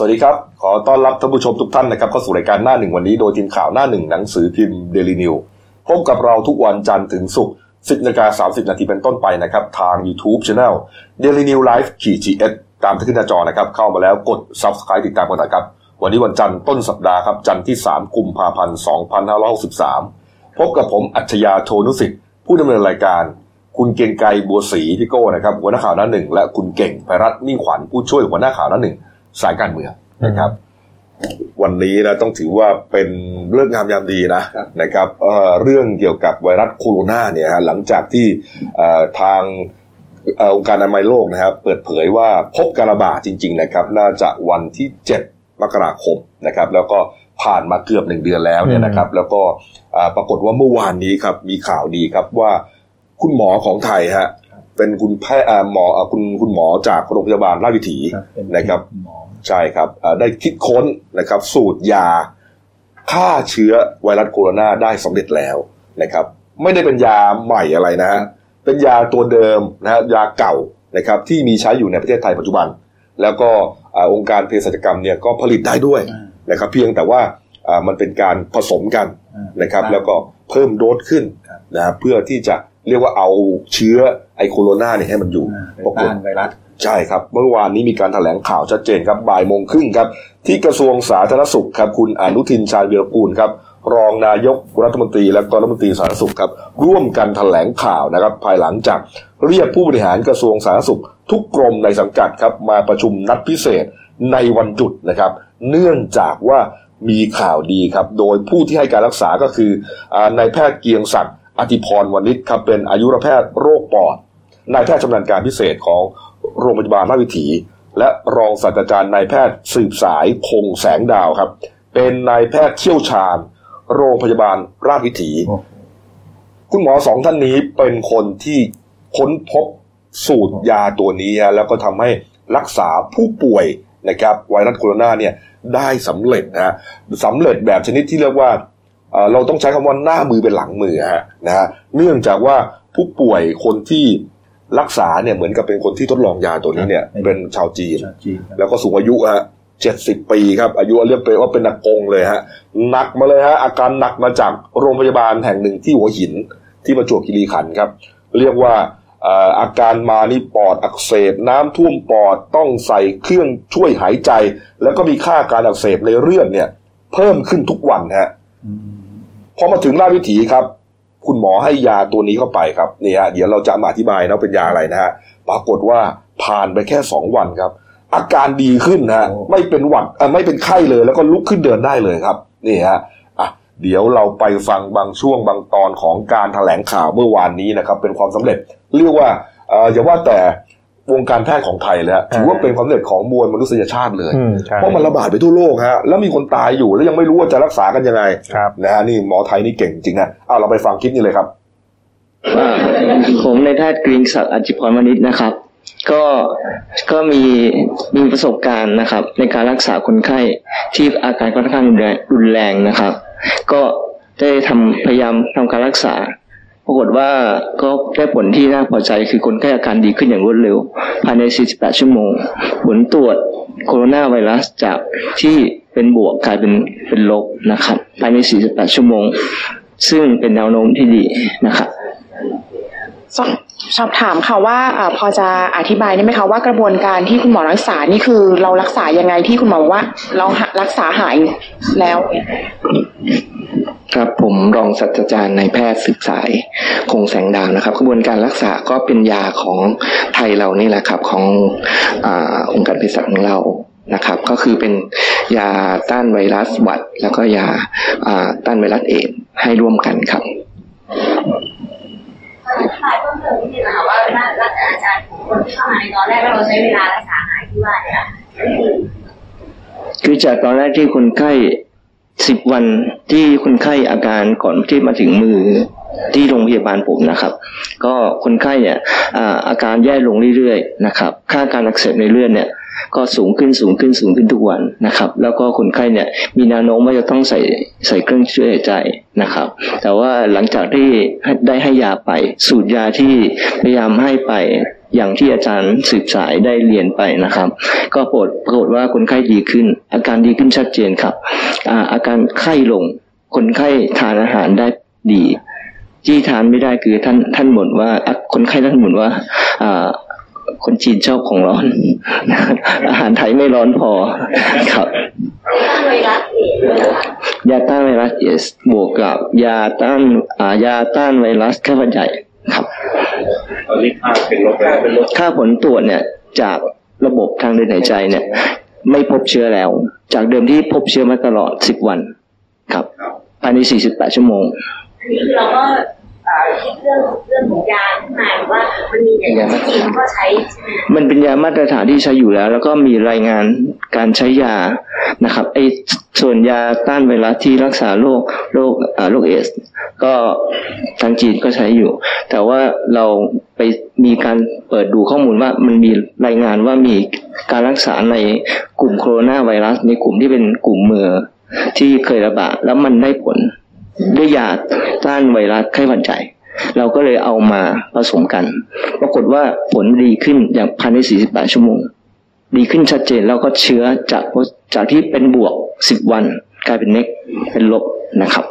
วัสดีครับขอต้อนรับท่านผู้ชมทุกท่านนะครับเข้าสู่รายการหน้าหนึ่งวันนี้โดยทีมข่าวหน้าหนึ่งหนังสือพิมพ์ Daily News พบกับเราทุกวันจันทร์ถึงศุกร์ 10:30 น.เป็นต้นไปนะครับทาง YouTube Channel Daily News Live-GS ตามที่ขึ้นหน้าจอนะครับเข้ามาแล้วกด Subscribe ติดตามกันนะครับวันนี้วันจันทร์ต้นสัปดาห์ครับจันทร์ที่3กุมภาพันธ์2563พบกับผมอัจฉริยะ โทนุสิทธิ์ผู้ดำเนินรายการคุณเก่งไกรบัวศรีพี่โก้นะครับหัวหน้าข่าวหน้าหนึ่งและคุณเก่งไพรัตน์มิ่งขวัญผู้ช่วยหัวหน้าข่าวหน้าหนึ่งสายการเมืองนะครับวันนี้นะต้องถือว่าเป็นเรื่องงามยามดีนะครับเรื่องเกี่ยวกับไวรัสโคโรนาเนี่ยฮะหลังจากที่ทางองค์การอนามัยโลกนะครับเปิดเผยว่าพบการระบาดจริงๆนะครับน่าจะวันที่7 มกราคมนะครับแล้วก็ผ่านมาเกือบ1 เดือนแล้วเนี่ยนะครับแล้วก็ปรากฏว่าเมื่อวานนี้ครับมีข่าวดีครับว่าคุณหมอของไทยฮะเป็นคุณแพทย์คุณหมอจากโรงพยาบาลราชวิถีนะครับใช่ครับได้คิดค้นนะครับสูตรยาฆ่าเชื้อไวรัสโคโรนาได้สำเร็จแล้วนะครับไม่ได้เป็นยาใหม่อะไรนะฮะเป็นยาตัวเดิมนะฮะยาเก่านะครับที่มีใช้อยู่ในประเทศไทยปัจจุบันแล้วก็องค์การเภสัชกรรมเนี่ยก็ผลิตได้ด้วยนะครับเพียงแต่ว่ามันเป็นการผสมกันนะครับแล้วก็เพิ่มโดสขึ้นนะเพื่อที่จะเรียกว่าเอาเชื้อไอโคโรนาเนี่ยให้มันอยู่ต้านไวรัสใช่ครับเมื่อวานนี้มีการแถลงข่าวชัดเจนครับบ่ายโมงครึ่งครับที่กระทรวงสาธารณสุขครับคุณอนุทินชาญวีรกูลครับรองนายกรัฐมนตรีและก็รัฐมนตรีสาธารณสุขครับร่วมกันแถลงข่าวนะครับภายหลังจากเรียกผู้บริหารกระทรวงสาธารณสุขทุกกรมในสังกัดครับมาประชุมนัดพิเศษในวันหยุดนะครับเนื่องจากว่ามีข่าวดีครับโดยผู้ที่ให้การรักษาก็คือนายแพทย์เกียงศักดิ์อธิพรวณิชครับเป็นอายุรแพทย์โรคปอดนายแพทย์ชำนาญการพิเศษของโรงพยาบาลราชวิถีและรองศาสตราจารย์นายแพทย์สืบสายคงแสงดาวครับเป็นนายแพทย์เชี่ยวชาญโรงพยาบาลราชวิถีคุณหมอ2ท่านนี้เป็นคนที่ค้นพบสูตรยาตัวนี้แล้วก็ทำให้รักษาผู้ป่วยนะครับไวรัสโคโรนาเนี่ยได้สำเร็จนะสำเร็จแบบชนิดที่เรียกว่าเราต้องใช้คำว่าหน้ามือเป็นหลังมือนะฮะเนื่องจากว่าผู้ป่วยคนที่รักษาเนี่ยเหมือนกับเป็นคนที่ทดลองยาตัวนี้เนี่ยเป็นชาวจีนแล้วก็สูงอายุ70 ปีครับอายุเรียกไปว่าเป็นนักกงเลยฮะหนักมาเลยฮะอาการหนักมาจากโรงพยาบาลแห่งหนึ่งที่หัวหินที่ประจวบคีรีขันธ์ครับเรียกว่าอาการมานี่ปอดอักเสบน้ำท่วมปอดต้องใส่เครื่องช่วยหายใจแล้วก็มีค่าการอักเสบในเลือดเนี่ยเพิ่มขึ้นทุกวันฮะพอมาถึงราชวิถีครับคุณหมอให้ยาตัวนี้เข้าไปครับนี่ฮะเดี๋ยวเราจะมาอธิบายนะเป็นยาอะไรนะฮะปรากฏว่าผ่านไปแค่2 วันครับอาการดีขึ้นนะไม่เป็นหวัดไม่เป็นไข้เลยแล้วก็ลุกขึ้นเดินได้เลยครับนี่ฮะเดี๋ยวเราไปฟังบางช่วงบางตอนของการแถลงข่าวเมื่อวานนี้นะครับเป็นความสำเร็จเรียกว่าอย่าว่าแต่วงการแพทย์ของไทยเลยถือว่าเป็นความสำเร็จของมวลมนุษยชาติเลยเพราะมันระบาดไปทั่วโลกฮะแล้วมีคนตายอยู่แล้วยังไม่รู้ว่าจะรักษากันยังไงนะฮะนี่หมอไทยนี่เก่งจริงนะเราไปฟังคลิปนี้เลยครับผมนายแพทย์เกียงศักดิ์อธิพรวณิชนะครับก็มีประสบการณ์นะครับในการรักษาคนไข้ที่อาการค่อนข้างรุนแรงนะครับก็ได้พยายามทำการรักษาปรากฏว่าก็ได้ผลที่น่าพอใจคือคนไข้อาการดีขึ้นอย่างรวดเร็วภายใน48 ชั่วโมงผลตรวจโคโรนาไวรัสจากที่เป็นบวกกลายเป็นลบนะครับภายใน48 ชั่วโมงซึ่งเป็นแนวโน้มที่ดีนะครับสอบถามค่ะว่าพอจะอธิบายได้ไหมคะว่ากระบวนการที่คุณหมอรักษานี่คือเรารักษายังไงที่คุณหมอบอกว่าเรารักษาหายแล้วครับผมรองศาสตราจารย์นายแพทย์สืบสายคงแสงดาวนะครับกระบวนการรักษาก็เป็นยาของไทยเรานี่แหละครับขององค์การเภสัชของเรานะครับก็คือเป็นยาต้านไวรัสหวัดแล้วก็ยาต้านไวรัสเอดส์ให้ร่วมกันครับอธิบายเพิ่มเติมนิดนึงนะคะว่ารักษาอาการของคนที่เข้ามาในตอนแรกเราใช้เวลารักษาหายที่ว่าเนี่ยคือจากตอนแรกที่คนไข้10 วันที่คนไข้อาการก่อนที่มาถึงมือที่โรงพยาบาลผมนะครับก็คนไข้เนี่ยอาการแย่ลงเรื่อยๆนะครับค่าการอักเสบในเลือดเนี่ยก็สูงขึ้นทุกวันนะครับแล้วก็คนไข้เนี่ยมีแนวโน้มว่าจะต้องใส่เครื่องช่วยหายใจนะครับแต่ว่าหลังจากที่ได้ให้ยาไปสูตรยาที่พยายามให้ไปอย่างที่อาจารย์สืบสายได้เรียนไปนะครับก็ปรากฏว่าคนไข้ดีขึ้นอาการดีขึ้นชัดเจนครับอาการไข้ลงคนไข้ทานอาหารได้ดีที่ทานไม่ได้คือท่านบ่นว่าคนไข้ท่านบ่นว่าคนจีนชอบของร้อน อาหารไทยไม่ร้อนพอครับยาต้านไวรัสเอสบวกกับยาต้านไวรัสไข้หวัดใหญ่ครับตอนนี้ค่าผลตรวจเนี่ยจากระบบทางเดินหายใจเนี่ยไม่พบเชื้อแล้วจากเดิมที่พบเชื้อมาตลอด10วันครับภายใน48ชั่วโมงอันนี้คือเราก็คิดเรื่องของยาขึ้นมาหรือว่ามันมีอย่างที่จีนเขาก็ใช้ใช่ไหมมันเป็นยามาตรฐานที่ใช้อยู่แล้วก็มีรายงานการใช้ยานะครับส่วนยาต้านไวรัสที่รักษาโรคเอสก็ทางจีนก็ใช้อยู่แต่ว่าเราไปมีการเปิดดูข้อมูลว่ามันมีรายงานว่ามีการรักษาในกลุ่มโคโรนาไวรัสในกลุ่มที่เป็นกลุ่มเมือที่เคยระบาดแล้วมันได้ผลด้วยยาต้านไวรัสไข้หวัดใหญ่เราก็เลยเอามาผสมกันปรากฏว่าผลดีขึ้นอย่างภายใน48ชั่วโมงดีขึ้นชัดเจนแล้วก็เชื้อจากที่เป็นบวก10วันกลายเป็นเน็กเป็นลบนะครับ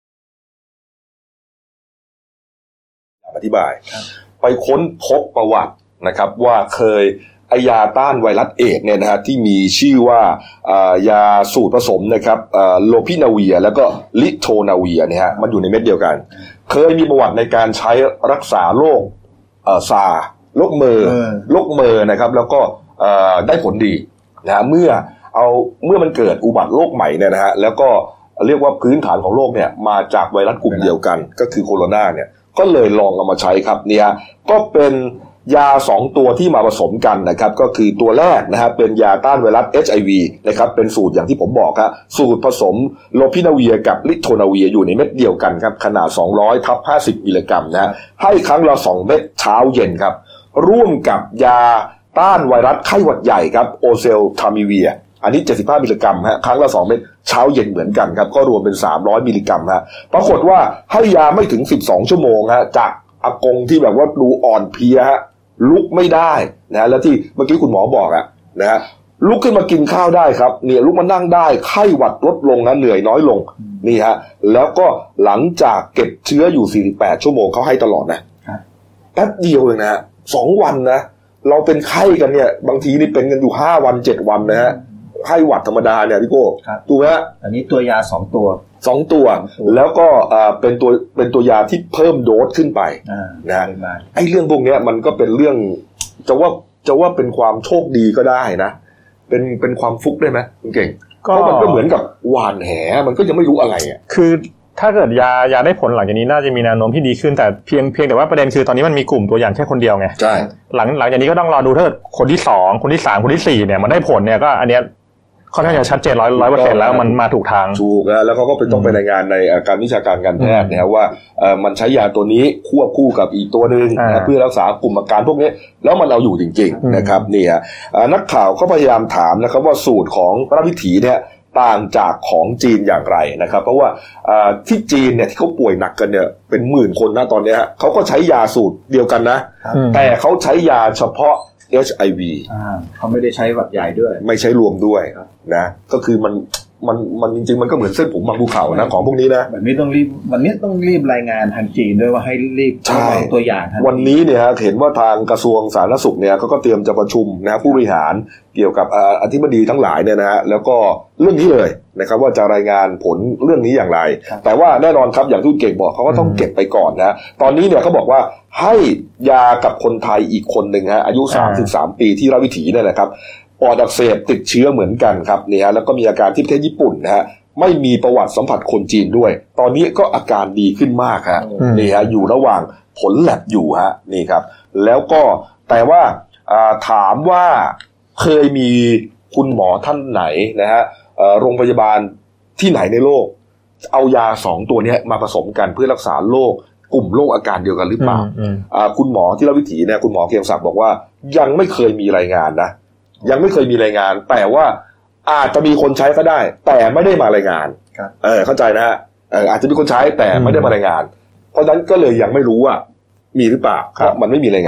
อธิบายไปค้นพบประวัตินะครับว่าเคยยาต้านไวรัสเอดส์เนี่ยนะฮะที่มีชื่อว่ายาสูตรผสมนะครับโลพินาเวียแล้วก็ลิโทนาเวียเนี่ยฮะมันอยู่ในเม็ดเดียวกันเคยมีประวัติในการใช้รักษาโรคซาร์โรคเมอร์นะครับแล้วก็ได้ผลดีนะเมื่อมันเกิดอุบัติโรคใหม่เนี่ยนะฮะแล้วก็เรียกว่าพื้นฐานของโรคเนี่ยมาจากไวรัสกลุ่มเดียวกันก็คือโคโรนาเนี่ยก็เลยลองเอามาใช้ครับเนี่ยก็เป็นยา2ตัวที่มาผสมกันนะครับก็คือตัวแรกนะฮะเป็นยาต้านไวรัส HIV นะครับเป็นสูตรอย่างที่ผมบอกครับสูตรผสมโลพินาเวียกับลิโทนาเวียอยู่ในเม็ดเดียวกันครับขนาด200/50มิลลิกรัมนะให้ครั้งละ2เม็ดเช้าเย็นครับร่วมกับยาต้านไวรัสไข้หวัดใหญ่ครับโอเซลทามิเวียอันนี้75มิลลิกรัมฮะครั้งละ2เม็ดเช้าเย็นเหมือนกันครับก็รวมเป็น300มิลลิกรัมฮะปรากฏว่าให้ยาไม่ถึง12ชั่วโมงฮะจากอากงที่แบบว่าดูอ่อนเพลียฮะลุกไม่ได้นะแล้วที่เมื่อกี้คุณหมอบอกอะนะฮะลุกขึ้นมากินข้าวได้ครับเนี่ยลุกมานั่งได้ไข้หวัดลดลงนะเหนื่อยน้อยลงนี่ฮะแล้วก็หลังจากเก็บเชื้ออยู่48ชั่วโมงเขาให้ตลอดนะแป๊บเดียวเองนะ2วันนะเราเป็นไข้กันเนี่ยบางทีนี่เป็นกันอยู่5วัน7วันนะฮะไข้หวัดธรรมดาเนี่ยพี่โก้ถูกไหมฮะอันนี้ตัวยา2ตัวแล้วก็เป็นตัวยาที่เพิ่มโดสขึ้นไปนะไอ้เรื่องพวกนี้มันก็เป็นเรื่องจะว่าเป็นความโชคดีก็ได้นะเป็นความฟุกได้ไหมคุณเก่งเพราะมันก็เหมือนกับหวานแหมันก็ยังไม่รู้อะไรอ่ะคือถ้าเกิดยาได้ผลหลังจากนี้น่าจะมีแนวโน้มที่ดีขึ้นแต่เพียงแต่ว่าประเด็นคือตอนนี้มันมีกลุ่มตัวอย่างแค่คนเดียวไงใช่หลังจากนี้ก็ต้องรอดูถ้าคนที่2คนที่3คนที่4เนี่ยมันได้ผลเนี่ยก็อันเนี้ยค่อนข้างจะชัดเจน 100% แล้วมันมาถูกทางถูกแล้วเขาก็ต้องไปรายงานในการวิชาการการแพทย์นะครับว่ามันใช้ยาตัวนี้ควบคู่กับอีกตัวนึงเพื่อรักษากลุ่มอาการพวกนี้แล้วมันเอาอยู่จริงๆนะครับนี่ฮะนักข่าวก็พยายามถามนะครับว่าสูตรของราชวิถีเนี่ยต่างจากของจีนอย่างไรนะครับเพราะว่าที่จีนเนี่ยที่เขาป่วยหนักกันเนี่ยเป็นหมื่นคนนะตอนนี้เขาก็ใช้ยาสูตรเดียวกันนะแต่เขาใช้ยาเฉพาะHIV เขาไม่ได้ใช้หวัดใหญ่ด้วยไม่ใช้รวมด้วยนะก็คือมันจริงๆมันก็เหมือนเส้นผมบางภูเขานะของพวกนี้นะแบบนี้ต้องรีบรายงานทางจีนด้วยว่าให้รีบตัวอย่างวันนี้เนี่ยฮะเห็นว่าทางกระทรวงสาธารณสุขเนี่ยเขาก็เตรียมจะประชุมนะผู้บริหารเกี่ยวกับอธิบดีทั้งหลายเนี่ยนะฮะแล้วก็เรื่องนี้เลยนะครับว่าจะรายงานผลเรื่องนี้อย่างไรแต่ว่าแน่นอนครับอย่างที่เก่งบอกเขาก็ต้องเก็บไปก่อนนะตอนนี้เนี่ยเขาบอกว่าให้ยากับคนไทยอีกคนนึงฮะอายุ33ปีที่ราชวิถีเนี่ยนะครับปอดอักเสบติดเชื้อเหมือนกันครับนี่ฮะแล้วก็มีอาการที่ประเทศญี่ปุ่นนะฮะไม่มีประวัติสัมผัสคนจีนด้วยตอนนี้ก็อาการดีขึ้นมากฮะนี่ฮะอยู่ระหว่างผลแลบอยู่ฮะนี่ครับแล้วก็แต่ว่าถามว่าเคยมีคุณหมอท่านไหนนะฮะโรงพยาบาลที่ไหนในโลกเอายา2ตัวนี้มาผสมกันเพื่อรักษาโรคกลุ่มโรคอาการเดียวกันหรือเปล่าคุณหมอที่ราชวิถีเนี่ยคุณหมอเกียรติศักดิ์บอกว่ายังไม่เคยมีรายงานนะยังไม่เคยมีรายงานแต่ว่าอาจจะมีคนใช้ก็ได้แต่ไม่ได้มารายงานเข้าใจนะฮะอาจจะมีคนใช้แต่ไม่ได้มารายงานเพราะฉะนั้นก็เลยยังไม่รู้ว่ามีหรือเปล่าเพราะมันไม่มีรายงาน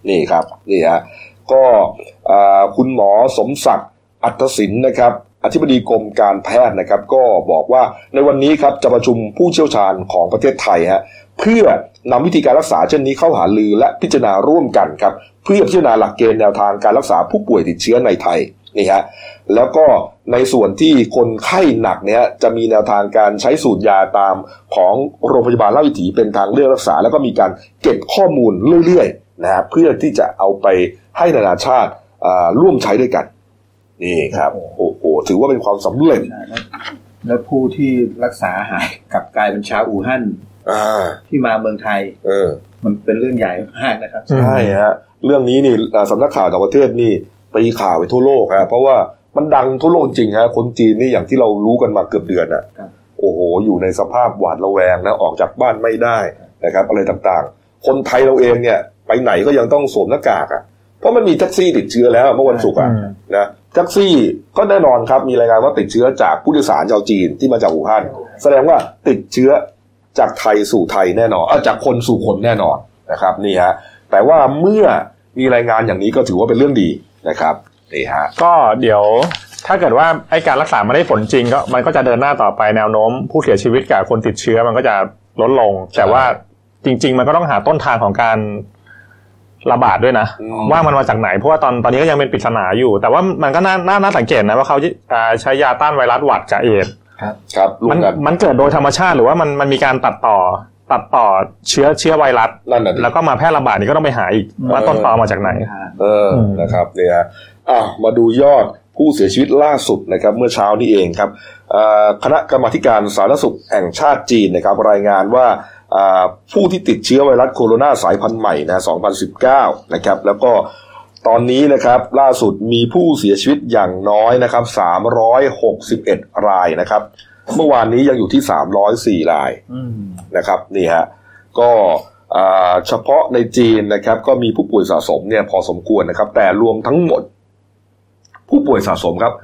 นี่ครับนี่ฮะก็คุณหมอสมศักดิ์อัตศิลป์นะครับอธิบดีกรมการแพทย์นะครับก็บอกว่าในวันนี้ครับจะประชุมผู้เชี่ยวชาญของประเทศไทยฮะเพื่อนำวิธีการรักษาเช่นนี้เข้าหารือและพิจารณาร่วมกันครับเพื่อพิจารณาหลักเกณฑ์แนวทางการรักษาผู้ป่วยติดเชื้อในไทยนี่ฮะแล้วก็ในส่วนที่คนไข้หนักเนี่ยจะมีแนวทางการใช้สูตรยาตามของโรงพยาบาลราชวิถีเป็นทางเลือกรักษาแล้วก็มีการเก็บข้อมูลเรื่อยๆนะฮะเพื่อที่จะเอาไปให้นานาชาติร่วมใช้ด้วยกันนี่ครับโอ้โหถือว่าเป็นความสำเร็จแล้วผู้ที่รักษาหายกลับกลายเป็นชาวอู่ฮั่นที่มาเมืองไทยมันเป็นเรื่องใหญ่มากนะครับใช่ฮะเรื่องนี้นี่สำนักข่าวต่างประเทศนี่ตีข่าวไปทั่วโลกฮะเพราะว่ามันดังทั่วโลกจริงฮะคนจีนนี่อย่างที่เรารู้กันมาเกือบเดือนโอ้โหอยู่ในสภาพหวาดระแวงนะออกจากบ้านไม่ได้นะครับอะไรต่างๆคนไทยเราเองเนี่ยไปไหนก็ยังต้องสวมหน้ากากเพราะมันมีแท็กซี่ติดเชื้อแล้วเมื่อวันศุกร์นะแท็กซี่ก็แน่นอนครับมีรายงานว่าติดเชื้อจากผู้โดยสารชาวจีนที่มาจากอู่ฮั่นแสดงว่าติดเชื้อจากไทยสู่ไทยแน่นอนจากคนสู่คนแน่นอนนะครับนี่ฮะแต่ว่าเมื่อมีรายงานอย่างนี้ก็ถือว่าเป็นเรื่องดีนะครับนี่ฮะก็เดี๋ยวถ้าเกิดว่าไอ้การรักษาไม่ได้ผลจริงก็มันก็จะเดินหน้าต่อไปแนวโน้มผู้เสียชีวิตกับคนติดเชื้อมันก็จะลดลงแต่ว่าจริงๆมันก็ต้องหาต้นทางของการระบาดด้วยนะว่ามันมาจากไหนเพราะว่าตอนนี้ก็ยังเป็นปริศนาอยู่แต่ว่ามันก็น่าสังเกตนะว่าเขาใช้ยาต้านไวรัสหวัดกับเอดส์ครับมันเกิดโดยธรรมชาติหรือว่ามันมีการตัดต่อเชื้อไวรัสแล้วก็มาแพร่ระบาดนี่ก็ต้องไปหาอีกว่าต้นตอมาจากไหนนะครับเนี่ยมาดูยอดผู้เสียชีวิตล่าสุดนะครับเมื่อเช้านี้เองครับคณะกรรมาธิการสาธารณสุขแห่งชาติจีนนะครับรายงานว่าผู้ที่ติดเชื้อไวรัสโคโรนาสายพันธุ์ใหม่นะ2019นะครับแล้วก็ตอนนี้นะครับล่าสุดมีผู้เสียชีวิตอย่างน้อยนะครับ361รายนะครับเมื่อวานนี้ยังอยู่ที่304รายนะครับนี่ฮะก็เฉพาะในจีนนะครับก็มีผู้ป่วยสะสมเนี่ยพอสมควรนะครับแต่รวมทั้งหมดผู้ป่วยสะสมครับ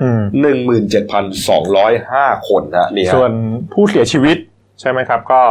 17,205 คนนะนี่ฮะส่วนผู้เสียชีวิตใช่ไหมครับก็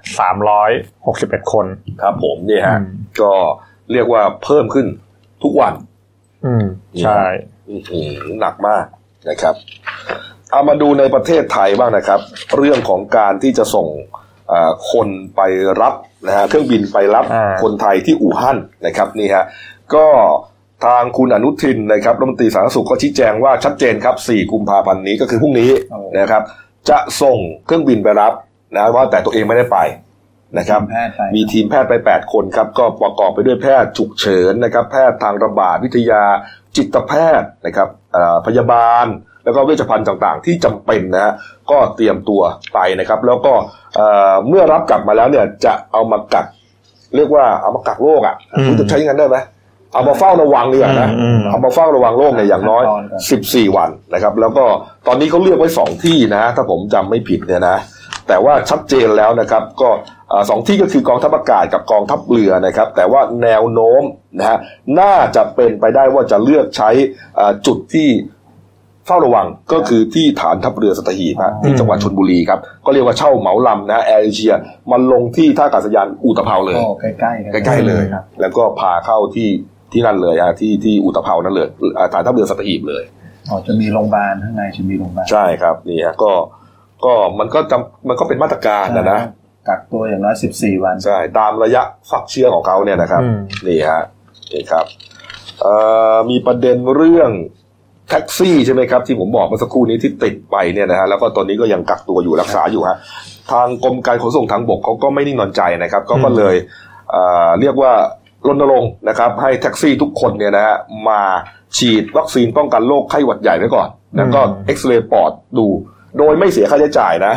361คนครับผมนี่ฮะก็เรียกว่าเพิ่มขึ้นทุกวันใช่หนักมากนะครับเอามาดูในประเทศไทยบ้างนะครับเรื่องของการที่จะส่งคนไปรับนะฮะเครื่องบินไปรับคนไทยที่อู่ฮั่นนะครับนี่ฮะก็ทางคุณอนุทินนะครับรัฐมนตรีสาธารณสุขก็ชี้แจงว่าชัดเจนครับ4กุมภาพันธ์นี้ก็คือพรุ่งนี้นะครับจะส่งเครื่องบินไปรับนะว่าแต่ตัวเองไม่ได้ไปนะครับมีทีมแพทย์ไป8คนครับก็ประกอบไปด้วยแพทย์ฉุกเฉินนะครับแพทย์ทางระบาดวิทยาจิตแพทย์นะครับพยาบาลแล้วก็เวชภัณฑ์ต่างๆที่จำเป็นนะฮะก็เตรียมตัวไปนะครับแล้วก็เมื่อรับกลับมาแล้วเนี่ยจะเอามากักเรียกว่าเอามากักโรคคุณจะใช้อย่างนั้นได้ไหมเอามาเฝ้าระวังดีกว่านะเอามาเฝ้าระวังโรคเนี่ยอย่างน้อย14วันนะครับแล้วก็ตอนนี้เขาเลือกไว้2ที่นะถ้าผมจำไม่ผิดเนี่ยนะแต่ว่าชัดเจนแล้วนะครับก็2ที่ก็คือกองทัพอากาศกับกองทัพเรือนะครับแต่ว่าแนวโน้มนะฮะน่าจะเป็นไปได้ว่าจะเลือกใช้จุดที่เฝ้าระวังก็คือที่ฐานทัพเรือสัตหีบที่จังหวัดชลบุรีครับก็เรียกว่าเช่าเหมาลำนะแอร์เอเชียมันลงที่ท่าอากาศยานอุตภเปาเลยใกล้ๆเลยแล้วก็พาเข้าที่นั่นเลยที่อุตภเปานั่นเลยฐานทัพเรือสัตหีบเลยจะมีโรงพยาบาลข้างในจะมีโรงพยาบาลใช่ครับนี่ฮะก็มันก็เป็นมาตรการนะกักตัวอย่างน้อย14วันใช่ตามระยะฟักเชื้อของเขาเนี่ยนะครับนี่ฮะนี่ครับมีประเด็นเรื่องแท็กซี่ใช่ไหมครับที่ผมบอกเมื่อสักครู่นี้ที่ติดไปเนี่ยนะฮะแล้วก็ตอนนี้ก็ยังกักตัวอยู่รักษาอยู่ฮะทางกรมการขนส่งทางบกเขาก็ไม่นิ่งนอนใจนะครับก็เลยเรียกว่ารณรงค์นะครับให้แท็กซี่ทุกคนเนี่ยนะฮะมาฉีดวัคซีนป้องกันโรคไข้หวัดใหญ่ไว้ก่อนแล้วก็เอ็กซเรย์ปอดดูโดยไม่เสียค่าใช้จ่ายนะ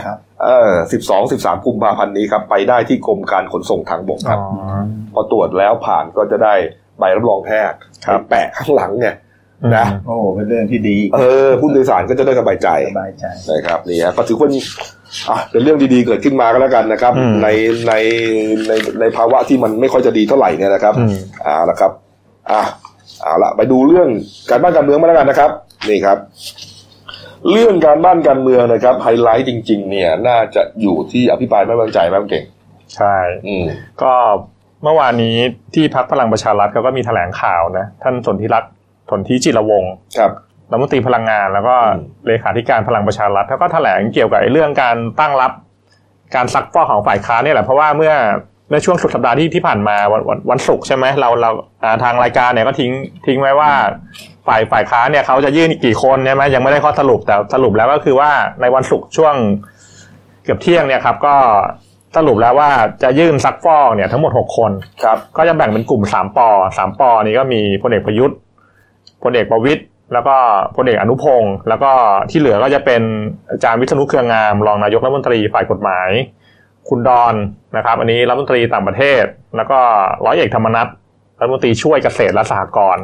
12-13 กุมภาพันธ์นี้ครับไปได้ที่กรมการขนส่งทางบกครับพอตรวจแล้วผ่านก็จะได้ใบรับรองแพทย์แปะข้างหลังเนี่ยนะโอ้เป็นเรื่องที่ดีผู้โดยสารก็จะได้สบายใจนะครับนี่ก็ถือว่าเป็นเรื่องดีๆเกิดขึ้นมาก็แล้วกันนะครับในภาวะที่มันไม่ค่อยจะดีเท่าไหร่เนี่ยนะครับละครับเอาละไปดูเรื่องการบ้านการเมืองมาแล้วกันนะครับนี่ครับเรื่องการบ้านการเมืองนะครับไฮไลท์จริงๆเนี่ยน่าจะอยู่ที่อภิปรายไม่ไว้วางใจแม่เก่งใช่ก็เมื่อวานนี้ที่พรรคพลังประชารัฐเขาก็มีแถลงข่าวนะท่านสนธิจิรวงศ์ครับรัฐมนตรีพลังงานแล้วก็เลขาธิการพลังประชารัฐเขาก็แถลงเกี่ยวกับเรื่องการตั้งรับการซักฟอกของฝ่ายค้านนี่แหละเพราะว่าเมื่อช่วงสุดสัปดาห์ที่ผ่านมาวันศุกร์ใช่ไหมเราทางรายการเนี่ยก็ทิ้งไว้ว่าฝ่ายค้านเนี่ยเขาจะยื่นกี่คนใช่ไหมยังไม่ได้ข้อสรุปแต่สรุปแล้วก็คือว่าในวันศุกร์ช่วงเกือบเที่ยงเนี่ยครับก็สรุปแล้วว่าจะยื่นซักฟอกเนี่ยทั้งหมด6คนครับก็จะแบ่งเป็นกลุ่ม3ป3ปนี้ก็มีพลเอกประยุทธ์พลเอกประวิตรแล้วก็พลเอกอนุพงศ์แล้วก็ที่เหลือก็จะเป็นอาจารย์วิษณุเครืองามรองนายกรัฐมนตรีฝ่ายกฎหมายคุณดอนนะครับอันนี้รัฐมนตรีต่างประเทศแล้วก็ร้อยเอกธรรมนัสรัฐมนตรีช่วยเกษตรและสหกรณ์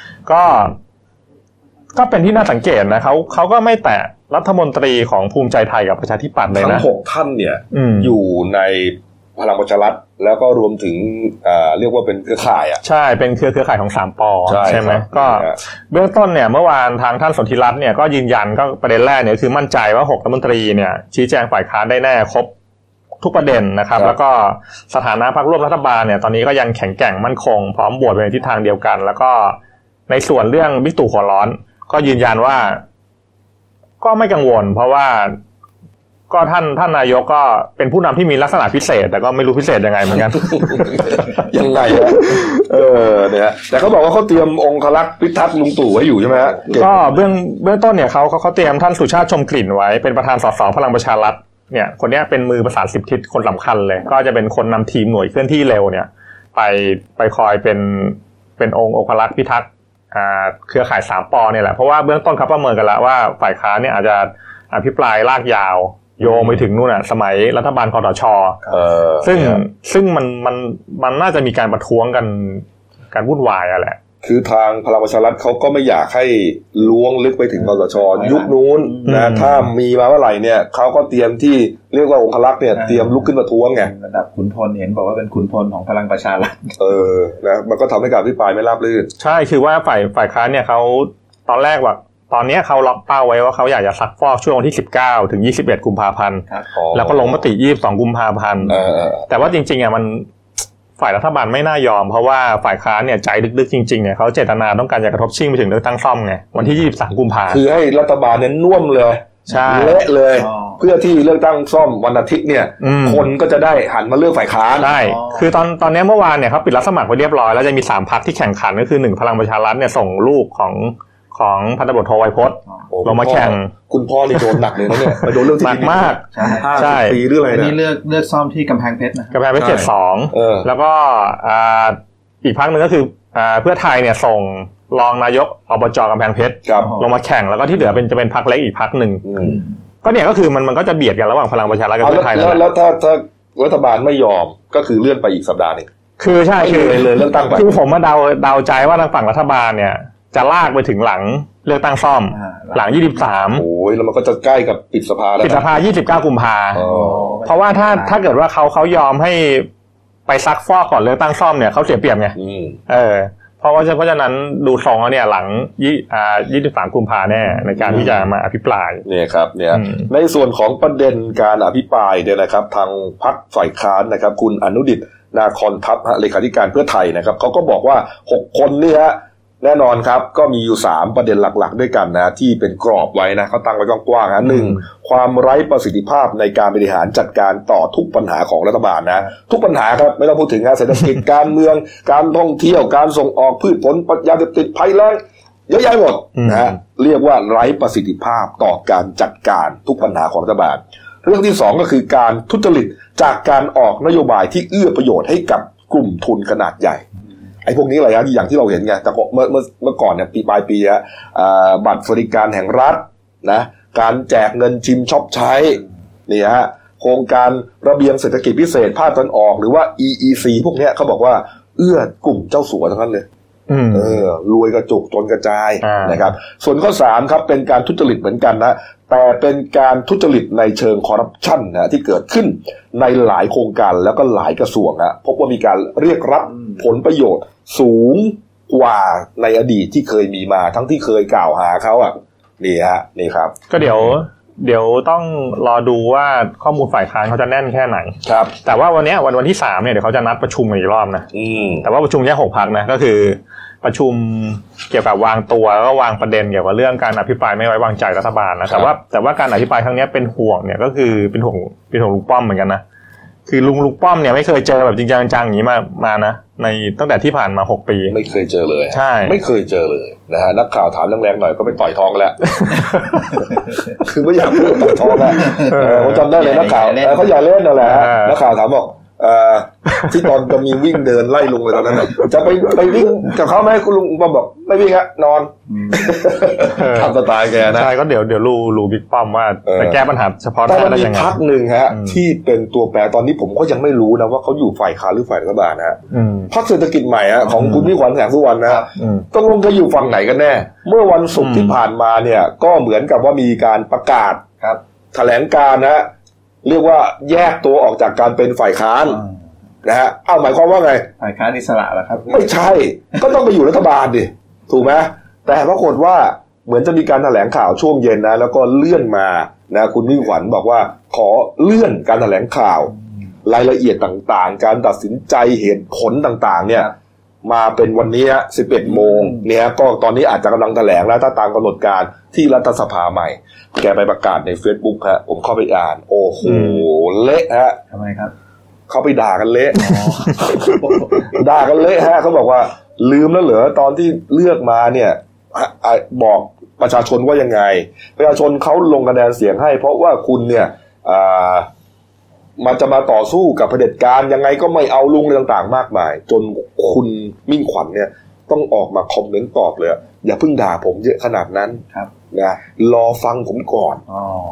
ก็เป็นที่น่าสังเกตนะเขาก็ไม่แตะรัฐมนตรีของภูมิใจไทยกับประชาธิปัตย์เลยนะทั้ง6ท่านเนี่ยอยู่ในพลังประชารัฐแล้วก็รวมถึงเรียกว่าเป็นเครือข่ายอ่ะใช่เป็นเครือข่ายของ3ปใช่ไหมก็เบื้องต้นเนี่ยเมื่อวานทางท่านสนธิรัตน์เนี่ยก็ยืนยันก็ประเด็นแรกเนี่ยคือมั่นใจว่า6รัฐมนตรีเนี่ยชี้แจงฝ่ายค้านได้แน่ครบทุกประเด็นนะครับแล้วก็สถานะพรรคร่วมรัฐบาลเนี่ยตอนนี้ก็ยังแข็งแกร่งมั่นคงพร้อมบวชไปในทิศทางเดียวกันแล้วก็ในส่วนเรื่องบิ๊กตู่หัวร้อนก็ยืนยันว่าก็ไม่กังวลเพราะว่าก็ท่านนายกก็เป็นผู้นำที่มีลักษณะพิเศษแต่ก็ไม่รู้พิเศษยังไงเหมือนกันยังไงฮะเนี่ยแต่เขาบอกว่าเขาเตรียมองครักษ์พิทักษ์ลุงตู่ไว้อยู่ใช่ไหมฮะก็เบื้องต้นเนี่ยเขาเตรียมท่านสุชาติชมกลิ่นไว้เป็นประธานสสพลังประชารัฐเนี่ยคนนี้เป็นมือประสาน10ทิศคนสำคัญเลยก็จะเป็นคนนำทีมหน่วยเคลื่อนที่เร็วเนี่ยไปคอยเป็นองค์รักษ์พิทักษ์เครือข่าย3ปเนี่ยแหละเพราะว่าเบื้องต้นเขาประเมินกันแล้วว่าฝ่ายค้านเนี่ยอาจจะอภิปรายลากยาวโยงไปถึงนู่นน่ะสมัยรัฐบาลคสช.ซึ่งมันน่าจะมีการประท้วงกันการวุ่นวายอ่ะแหละคือทางพลังประชารัฐเขาก็ไม่อยากให้ล้วงลึกไปถึงคสช.ยุคนู้นนะถ้ามีมาเมื่อไหร่เนี่ยเขาก็เตรียมที่เรียกว่าองครักษ์เนี่ยเตรียมลุกขึ้นประท้วงไงระดับขุนพลเห็นบอกว่าเป็นขุนพลของพลังประชารัฐนะมันก็ทำให้การอภิปรายไม่ราบรื่นใช่คือว่าฝ่ายค้านเนี่ยเขาตอนแรกว่าตอนนี้เขาล็อกเป้าไว้ว่าเขาอยากจะซักฟอกช่วงวันที่19ถึง21กุมภาพันธ์แล้วก็ลงมติ22กุมภาพันธ์แต่ว่าจริงๆอ่ะมันฝ่ายรัฐบาลไม่น่ายอมเพราะว่าฝ่ายค้านเนี่ยใจลึกๆจริงๆเนี่ยเขาเจตนาต้องการจะกระทบชิงไปถึงเลือกตั้งซ่อมไงวันที่23กุมภาพันธ์คือให้รัฐบาลเนี่ยน่วมเลยเละเลยเพื่อที่เลือกตั้งซ่อมวันอาทิตย์เนี่ยคนก็จะได้หันมาเลือกฝ่ายค้านใช่คือตอนนี้เมื่อวานเนี่ยเขาปิดรับสมัครไว้เรียบร้อยแล้วจะมี3พรรคที่แข่งขันก็คือ1พลังประชารัฐเนี่ยส่งลูกของพันตำรวจโทไวยพจน์ลงมาแข่งคุณพ่อนี่โดนหนักเลยนะเนี่ยไปโดนเรื่องที่หนักมากใช่ปีเรื่องอะไรนะนี่เลือกซ่อมที่กำแพงเพชรนะกำแพงเพชร2แล้วก็อีกพรรคนึงก็คือเพื่อไทยเนี่ยส่งรองนายกอบจกำแพงเพชรลงมาแข่งแล้วก็ที่เหลือจะเป็นพรรคเล็กอีกพรรคนึงก็เนี่ยก็คือมันก็จะเบียดกันระหว่างพลังประชารัฐกับเพื่อไทยแล้วถ้ารัฐบาลไม่ยอมก็คือเลื่อนไปอีกสัปดาห์นึงคือใช่คือเลยเลือกตั้งไปคือผมมาเดาใจว่าทางฝั่งรัฐบาลเนี่ยจะลากไปถึงหลังเลือกตั้งซ่อมหลัง23 โอ้ยแล้วมันก็จะใกล้กับปิดสภาแล้วปิดสภา29กุมภาเพราะว่าถ้าเกิดว่าเขายอมให้ไปซักฟอกก่อนเลือกตั้งซ่อมเนี่ยเขาเสียเปรียบไงเพราะฉะนั้นดูทรงแล้วเนี่ยหลัง23กุมภาแน่ในการที่จะมาอภิปรายเนี่ยครับเนี่ยในส่วนของประเด็นการอภิปรายเนี่ยนะครับทางพรรคฝ่ายค้านนะครับคุณอนุดิษฐ์นาคอนทัพเลขาธิการเพื่อไทยนะครับเขาก็บอกว่า6คนนี่ฮะแน่นอนครับก็มีอยู่3ประเด็นหลักๆด้วยกันนะที่เป็นกรอบไว้นะเขาตั้งไว้กว้างๆนะ1ความไร้ประสิทธิภาพในการบริหารจัดการต่อทุกปัญหาของรัฐบาลนะทุกปัญหาครับไม่ต้องพูดถึงเศรษฐกิจ การเมืองการท่องเที่ยวการส่งออกพืชผลยาเสพติดภัยแล้งเยอะแยะหมดนะเรียกว่าไร้ประสิทธิภาพต่อการจัดการทุกปัญหาของรัฐบาลเรื่องที่2ก็คือการทุจริตจากการออกนโยบายที่เอื้อประโยชน์ให้กับกลุ่มทุนขนาดใหญ่ไอ้พวกนี้อะไรนะอย่างที่เราเห็นไงแต่เมื่อก่อนเนี่ยปลายปีบัตรสวัสดิการแห่งรัฐนะการแจกเงินชิมช็อปใช้นี่ฮะโครงการระเบียงเศรษฐกิจพิเศษภาคตะวันออกหรือว่า EEC พวกเนี้ยเขาบอกว่าเอื้อกลุ่มเจ้าสัวทั้งนั้นเลยรวยกระจุกจนกระจายนะครับส่วนข้อ3ครับเป็นการทุจริตเหมือนกันนะแต่เป็นการทุจริตในเชิงคอร์รัปชันนะที่เกิดขึ้นในหลายโครงการแล้วก็หลายกระทรวงนะพบว่ามีการเรียกรับผลประโยชน์สูงกว่าในอดีตที่เคยมีมาทั้งที่เคยกล่าวหาเขานี่ฮะนี่ครับก็เดี๋ยวเดี๋ยวต้องรอดูว่าข้อมูลฝ่ายค้านเขาจะแน่นแค่ไหนครับแต่ว่าวันนี้วันที่3เนี่ยเดี๋ยวเขาจะนัดประชุมอีกรอบนะแต่ว่าประชุมแค่6 พรรคนะก็คือประชุมเกี่ยวกับวางตัวแล้วก็วางประเด็นเกี่ยวกับเรื่องการอภิปรายไม่ไว้วางใจรัฐบาลนะแต่ว่าการอภิปรายครั้งนี้เป็นห่วงเนี่ยก็คือเป็นห่วงลุงป้อมเหมือนกันนะคือลุงป้อมเนี่ยไม่เคยเจอแบบจริงจังอย่างนี้มานะในตั้งแต่ที่ผ่านมา6 ปีไม่เคยเจอเลยใช่ไม่เคยเจอเลยนะฮะนักข่าวถามแรงๆหน่อยก็ไปต่อยท้องแล้ว คือไม่อยากพูดต่อยท้องแล้วผมจำได้เลยนักข่าวเขาอย่าเล่นนั่นแหละนักข่าวถามบอกที่ตอนจะมีวิ่งเดินไล่ลุงเลยตอนนั้นจะไปวิ่งกับเขาไหมคุณลุงป้อมบอกไม่วิ่งฮะนอนทำสไตล์แกนะใช่ก็เดี๋ยวรู้บิ๊กป้อมว่าจะแก้ปัญหาเฉพาะหน้าได้ยังไงพรรคหนึ่งฮะที่เป็นตัวแปรตอนนี้ผมก็ยังไม่รู้นะว่าเขาอยู่ฝ่ายค้านหรือฝ่ายรัฐบาลนะฮะพรรคเศรษฐกิจใหม่ฮะของคุณมิ่งขวัญแสงสุวรรณนะต้องลงจะอยู่ฝั่งไหนกันแน่เมื่อวันศุกร์ที่ผ่านมาเนี่ยก็เหมือนกับว่ามีการประกาศแถลงการนะเรียกว่าแยกตัวออกจากการเป็นฝ่ายค้านนะฮะหมายความว่าไงฝ่ายค้านอิสระเหรอครับไม่ใช่ก็ต้องไปอยู่รัฐบาลดิถูกไหมแต่ปรากฏว่าเหมือนจะมีการแถลงข่าวช่วงเย็นนะแล้วก็เลื่อนมานะคุณมิ่งขวัญบอกว่าขอเลื่อนการแถลงข่าวรายละเอียดต่างๆการตัดสินใจเหตุผลต่างๆเนี่ยมาเป็นวันนี้ 11 โมงเนี่ยก็ตอนนี้อาจจะกำลังแถลงแล้วถ้าตามกำหนดการที่รัฐสภาใหม่แกไปประกาศใน Facebook ฮะผมเข้าไปอ่านโอ้โหเละฮะทำไมครับเขาไปด่ากันเละด่ากันเละฮะเขาบอกว่าลืมแล้วเหรอตอนที่เลือกมาเนี่ยบอกประชาชนว่ายังไงประชาชนเขาลงคะแนนเสียงให้เพราะว่าคุณเนี่ยมันจะมาต่อสู้กับเผด็จการยังไงก็ไม่เอาลุงอะไรต่างๆมากมายจนคุณมิ่งขวัญเนี่ยต้องออกมาคอมเมนต์ตอบเลยอย่าเพิ่งด่าผมเยอะขนาดนั้นครับนะรอฟังผมก่อน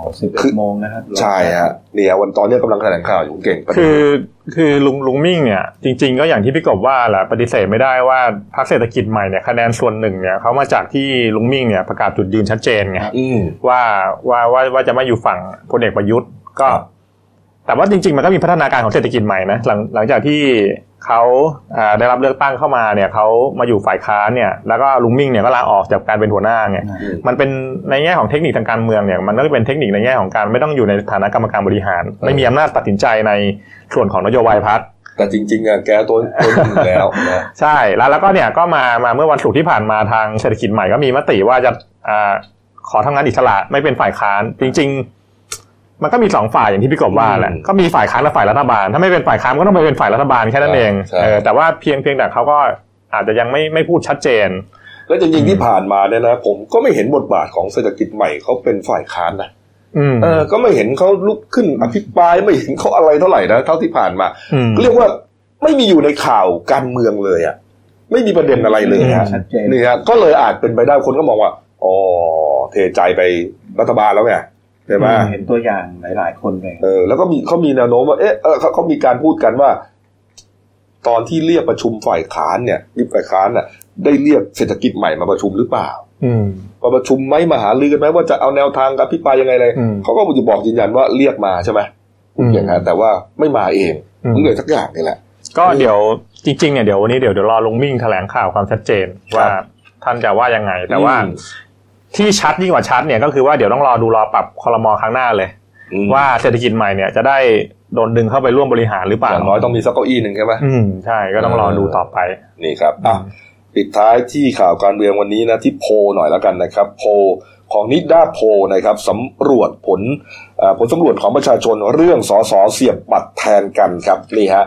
11 โมงนะครับใช่ฮะเนี่ยวันตอนนี้กำลังแถลงข่าวอยู่เก่งคือลุงมิ่งเนี่ยจริงๆก็อย่างที่พี่กบว่าแหละปฏิเสธไม่ได้ว่าพรรคเศรษฐกิจใหม่เนี่ยคะแนนส่วนหนึ่งเนี่ยเขามาจากที่ลุงมิ่งเนี่ยประกาศจุดยืนชัดเจนไงว่าจะไม่อยู่ฝั่งพลเอกประยุทธ์ก็แต่ว่าจริงๆมันก็มีพัฒนาการของเศรษฐกิจใหม่นะหลังจากที่เขาได้รับเลือกตั้งเข้ามาเนี่ยเขามาอยู่ฝ่ายค้านเนี่ยแล้วก็ลุงมิ่งเนี่ยก็ลาออกจากการเป็นหัวหน้าเนี่ยมันเป็นในแง่ของเทคนิคทางการเมืองเนี่ยมันก็เป็นเทคนิคในแง่ของการไม่ต้องอยู่ในฐานะกรรมการบริหารไม่มีอำนาจตัดสินใจในส่วนของนโยบายพรรคแต่จริงๆแกตัวอยู่แล้วนะใช่แล้วก็เนี่ยก็มาเมื่อวันศุกร์ที่ผ่านมาทางเศรษฐกิจใหม่ก็มีมติว่าจะขอทำงานอิสระไม่เป็นฝ่ายค้านจริงๆมันก็มี2ฝ่ายอย่างที่พี่กบว่าแหละก็มีฝ่ายค้านและฝ่ายรัฐบาลถ้าไม่เป็นฝ่ายค้านก็ต้องไปเป็นฝ่ายรัฐบาลแค่นั้นเองแต่ว่าเพียงแต่เขาก็อาจจะยังไม่พูดชัดเจนแล้วจริงๆที่ผ่านมาเนี่ยนะผมก็ไม่เห็นบทบาทของเศรษฐกิจใหม่เขาเป็นฝ่ายค้านนะก็ไม่เห็นเขาลุกขึ้นอภิปรายไม่เห็นเขาอะไรเท่าไหร่นะเท่าที่ผ่านมาเรียกว่าไม่มีอยู่ในข่าวการเมืองเลยอ่ะไม่มีประเด็นอะไรเลยฮะนี่ฮะก็เลยอาจเป็นไปได้คนก็มองว่าอ๋อเทใจไปรัฐบาลแล้วไงใช่ไหมเห็นตัวอย่างหลายๆคนเลยแล้วก็เขามีแนวโน้มว่าเขามีการพูดกันว่าตอนที่เรียกประชุมฝ่ายค้านเนี่ยฝ่ายค้านน่ะได้เรียกเศรษฐกิจใหม่มาประชุมหรือเปล่าประชุมไหมมาหารือกันไหมว่าจะเอาแนวทางการพิพายยังไงเลยเขาก็จะบอกยืนยันว่าเรียกมาใช่ไหมอย่างนั้นแต่ว่าไม่มาเองเหนื่อยสักอย่างนี่แหละก็เดี๋ยวจริงๆเนี่ยเดี๋ยววันนี้เดี๋ยวรอลุงมิ่งแถลงข่าวความชัดเจนว่าท่านจะว่ายังไงแต่ว่าที่ชัดยิ่งกว่าชัดเนี่ยก็คือว่าเดี๋ยวต้องรอปรับครม.ครั้งหน้าเลยว่าเศรษฐกิจใหม่เนี่ยจะได้โดนดึงเข้าไปร่วมบริหารหรือเปล่าอย่างน้อยต้องมีสักเก้าอี้นึงใช่ไหมใช่ก็ต้องรอดูต่อไปนี่ครับปิดท้ายที่ข่าวการเมืองวันนี้นะที่โพลหน่อยแล้วกันนะครับโพลของนิด้าโพลนะครับสำรวจผลสำรวจของประชาชนเรื่องสสเสียบบัตรแทนกันครับนี่ฮะ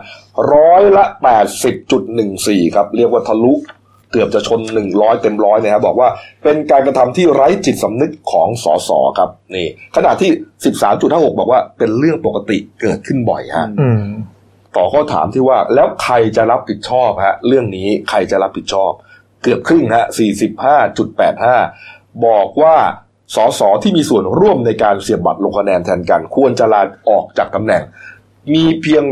80.14%ครับเรียกว่าทะลุเกือบจะชน100เต็ม100นะครับบอกว่าเป็นการกระทำที่ไร้จิตสำนึกของสสครับนี่ขณะที่ 13.56 บอกว่าเป็นเรื่องปกติเกิดขึ้นบ่อยฮะต่อข้อถามที่ว่าแล้วใครจะรับผิดชอบฮะเรื่องนี้ใครจะรับผิดชอบเกือบครึ่งฮะ 45.85 บอกว่าสสที่มีส่วนร่วมในการเสียบบัตรลงคะแนนแทนกันควรจะลาออกจากตำแหน่งมีเพียง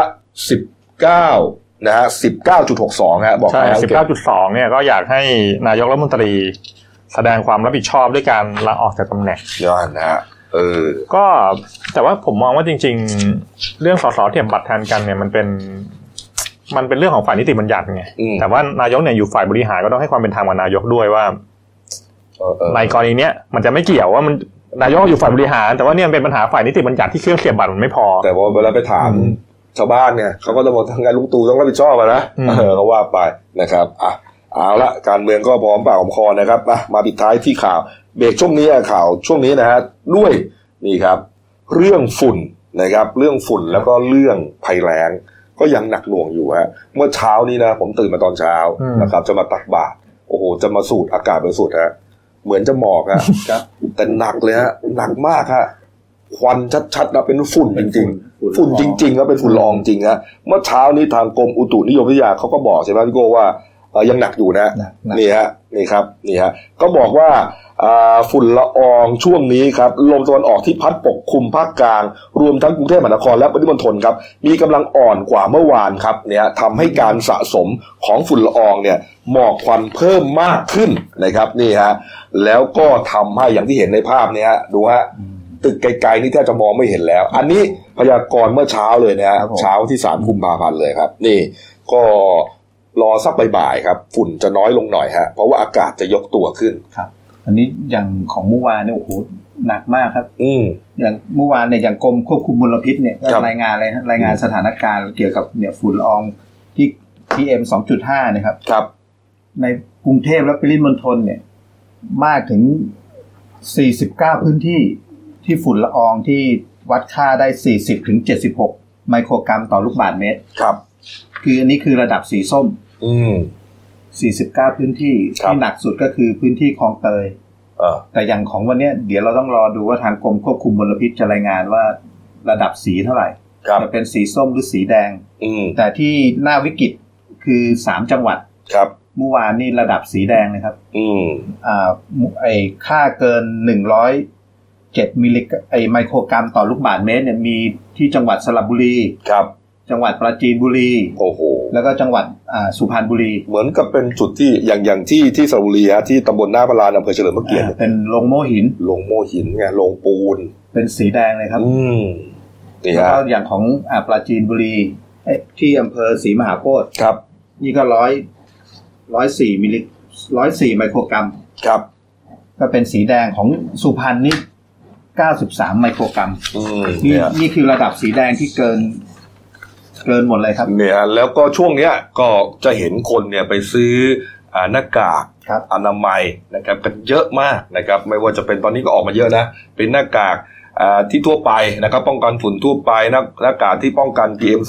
19%นะฮะ 19.62 ฮะบอกใช่ 19.2 เนี่ยก็อยากให้นายกรัฐมนตรีแสดงความรับผิดชอบด้วยการลาออกจากตำแหน่งย้อนนะฮะก็แต่ว่าผมมองว่าจริงๆเรื่องสสเทียมบัตรแทนกันเนี่ยมันเป็นเรื่องของฝ่ายนิติบัญญัติไงแต่ว่านายกเนี่ยอยู่ฝ่ายบริหารก็ต้องให้ความเป็นธรรมกับนายกด้วยว่าในกรณีเนี้ยมันจะไม่เกี่ยวว่ามันนายกอยู่ฝ่ายบริหารแต่ว่าเนี่ยเป็นปัญหาฝ่ายนิติบัญญัติที่เครื่องเสียบบัตรมันไม่พอแต่พอเวลาไปถามชาวบ้านเนี่ยเขาก็จะบอกทางการลุงตู่ต้องรับผิดชอบนะก็ว่าไปนะครับเอาละการเมืองก็พร้อมปากหอมคอนะครับมาปิดท้ายที่ข่าวเบรกช่วงนี้ข่าวช่วงนี้นะฮะด้วยนี่ครับเรื่องฝุ่นนะครับเรื่องฝุ่นแล้วก็เรื่องภัยแล้งก็ยังหนักหน่วงอยู่ฮะเมื่อเช้านี้นะผมตื่นมาตอนเช้านะครับจะมาตักบาตรโอ้โหจะมาสูดอากาศบริสุทธิ์ฮะเหมือนจะหมอกครับแต่หนักเลยฮะหนักมากฮะควันชัดๆนะเป็นฝุ่นจริงๆฝุ่นจริงๆแล้วเป็นฝุ่นละอองจริงฮะเมื่อเช้านี้ทางกรมอุตุนิยมวิทยาเขาก็บอกใช่ไหมพี่โก้ว่ายังหนักอยู่นะนี่ฮะนี่ครับนี่ฮะก็บอกว่าฝุ่นละอองช่วงนี้ครับลมตะวันออกที่พัดปกคลุมภาคกลางรวมทั้งกรุงเทพมหานครและปริมณฑลครับมีกำลังอ่อนกว่าเมื่อวานครับเนี่ยทำให้การสะสมของฝุ่นละอองเนี่ยหมอกควันเพิ่มมากขึ้นนะครับนี่ฮะแล้วก็ทำให้อย่างที่เห็นในภาพเนี่ยดูฮะตึกไกลๆนี่แทบจะมองไม่เห็นแล้วอันนี้พยากรณ์เมื่อเช้าเลยนะฮะเช้าที่3 กุมภาพันธ์เลยครับนี่ก็รอสักบ่ายๆครับฝุ่นจะน้อยลงหน่อยฮะเพราะว่าอากาศจะยกตัวขึ้นครับอันนี้อย่างของเมื่อวานเนี่ยโอ้โหหนักมากครับอย่างเมื่อวานเนี่ยอย่างกรมควบคุมมลพิษเนี่ยรายงานอะไรรายงานสถานการณ์เกี่ยวกับเนี่ยฝุ่นละอองที่ PM 2.5 นะครับครับในกรุงเทพและปริมณฑลเนี่ยมากถึง49พื้นที่ที่ฝุ่นละอองที่วัดค่าได้40 ถึง 76 ไมโครกรัมต่อลูกบาศก์เมตรครับคืออันนี้คือระดับสีส้ม49พื้นที่ที่หนักสุดก็คือพื้นที่คลองเตยแต่อย่างของวันนี้เดี๋ยวเราต้องรอดูว่าทางกรมควบคุมมลพิษจะรายงานว่าระดับสีเท่าไหร่จะเป็นสีส้มหรือสีแดงแต่ที่น่าวิกฤตคือ3จังหวัดครับเมื่อวานนี่ระดับสีแดงเลยครับไอ้ค่าเกิน107มิลลิไมโครกรัมต่อลูกบาศก์เมตรเนี่ยมีที่จังหวัดสระบุรีครับจังหวัดปราจีนบุรีโอ้โหแล้วก็จังหวัดสุพรรณบุรีเหมือนกับเป็นจุดที่อย่างที่สระบุรีฮะที่ตำบลหน้าพระลานอำเภอเฉลิมพระเกียรติเป็นโรงโม่หินไงโรงปูนเป็นสีแดงเลยครับนี่ฮะแล้วก็อย่างของปราจีนบุรีที่อำเภอศรีมหาโพธิ์ครับนี่ก็104ไมโครกรัมครับก็เป็นสีแดงของสุพรรณนี่93ไมโครกรัมนี่คือระดับสีแดงที่เกินหมดเลยครับเนี่ยแล้วก็ช่วงเนี้ยก็จะเห็นคนเนี่ยไปซื้อหน้ากากอนามัยนะครับกันเยอะมากนะครับไม่ว่าจะเป็นตอนนี้ก็ออกมาเยอะนะเป็นหน้ากากที่ทั่วไปนะครับป้องกันฝุ่นทั่วไปหน้ากากที่ป้องกัน PM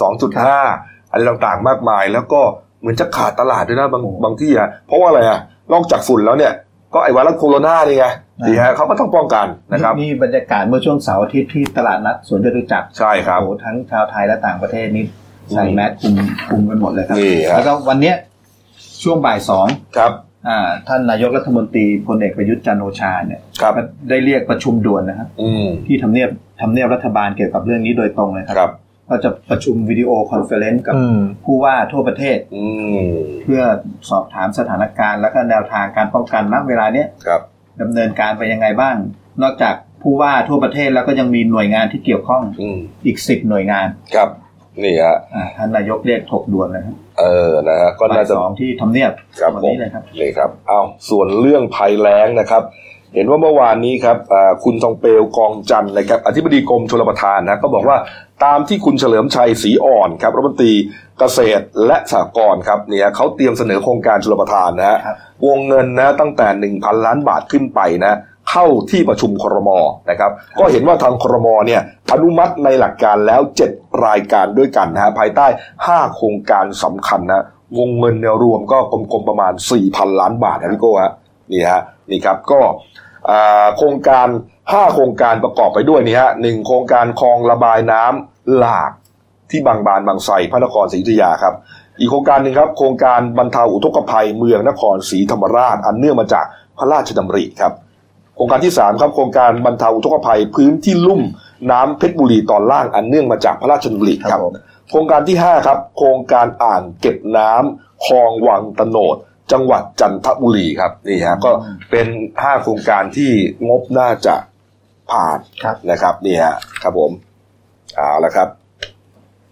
2.5 อะไรต่างๆมากมายแล้วก็เหมือนจะขาดตลาดด้วยนะบางที่เพราะว่าอะไรนอกจากฝุ่นแล้วเนี่ยก็ไอ้ไวรัสโคโรนานี่ไงดีฮะเขาก็ต้องป้องกันนะครับนี่บรรยากาศเมื่อช่วงเสาร์อาทิตย์ที่ตลาดนัดสวนจตุจักรใช่ครับโอ้ทั้งชาวไทยและต่างประเทศนี่ใส่แมสคุมกันหมดเลยครับแล้วก็วันนี้ช่วงบ่าย2 ครับท่านนายกรัฐมนตรีพลเอกประยุทธ์จันทร์โอชาเนี่ยได้เรียกประชุมด่วนนะครับที่ทำเนียบรัฐบาลเกี่ยวกับเรื่องนี้โดยตรงเลยครับก็จะประชุมวิดีโอคอนเฟอเรนซ์กับผู้ว่าทั่วประเทศเพื่อสอบถามสถานการณ์และก็แนวทางการป้องกันณเวลานี้ดำเนินการไปยังไงบ้างนอกจากผู้ว่าทั่วประเทศแล้วก็ยังมีหน่วยงานที่เกี่ยวข้องอีก10หน่วยงานครับนี่ฮะท่านนายกเรียกถกด่วนนะครับนะฮะก็น่าจะ 2ที่ทำเนียบวันนี้เลยครับนี่ครับส่วนเรื่องภัยแล้งนะครับเห็นว่าเมื่อวานนี้ครับคุณทองเปลวกองจันทร์นะครับอธิบดีกรมชลประทานนะก็บอกว่าตามที่คุณเฉลิมชัยศรีอ่อนครับรัฐมนตรีเกษตรและสหกรณ์ครับเนี่ยเขาเตรียมเสนอโครงการชลประทานนะฮะวงเงินนะตั้งแต่ 1,000 ล้านบาทขึ้นไปนะเข้าที่ประชุมครม.นะครับก็เห็นว่าทางครม.เนี่ยอนุมัติในหลักการแล้ว7รายการด้วยกันนะฮะภายใต้5โครงการสำคัญนะวงเงินรวมก็กลมๆประมาณ 4,000 ล้านบาทนะพี่โก้ฮะนี่ฮะนี่ครับก็โครงการ5โครงการประกอบไปด้วยนี่ฮะ1โครงการคลองระบายน้ำหลากที่บางบานบางไทรพระนครศรีอยุธยาครับอีกโครงการนึงครับโครงการบรรเทาอุทกภัยเมืองนครศรีธรรมราชอันเนื่องมาจากพระราชดำริครับโครงการที่3ครับโครงการบรรเทาอุทกภัยพื้นที่ลุ่มน้ำเพชรบุรีตอนล่างอันเนื่องมาจากพระราชดำริครับโครงการที่5ครับโครงการอ่างเก็บน้ำคลองวังตโนดจังหวัดจันทบุรีครับนี่ฮะก็เป็น5โครงการที่งบน่าจะผ่านนะครับนี่ฮะครับผมเอาละครับ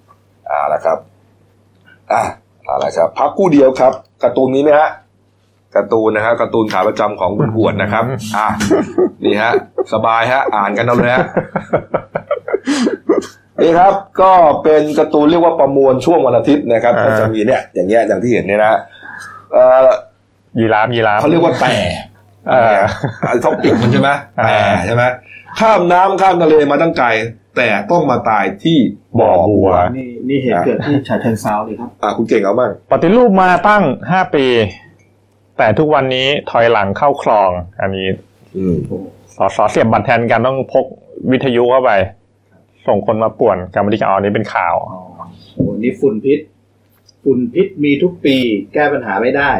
พักกู้เดียวครับการ์ตูนนี้ไหมฮะการ์ตูนนะฮะการ์ตูนขาประจำของคุณหวนนะครับนี่ฮะสบายฮะอ่านกันเอาเลยฮะนี่ครับก็เป็นการ์ตูนเรียกว่าประมวลช่วงวันอาทิตย์นะครับก็จะมีเนี่ยอย่างเงี้ยอย่างที่เห็นเนี่ยนะยีราฟเขาเรียกว่าแต่ท็อปิกมันใช่ไหมแต่ใช่ไหมข้ามน้ำข้ามทะเลมาตั้งไกลแต่ต้องมาตายที่บ่อบัวนี่เหตุเกิดที่ฉะเชิงเทราเลยครับคุณเก่งเอาบ้างปฏิรูปมาตั้ง5 ปีแต่ทุกวันนี้ถอยหลังเข้าคลองอันนี้สอเสียบบัตรแทนกันต้องพกวิทยุเข้าไปส่งคนมาป่วนกรรมธิการนี้เป็นข่าวโอ้นี่ฝุ่นพิษมีทุกปีแก้ปัญหาไม่ได้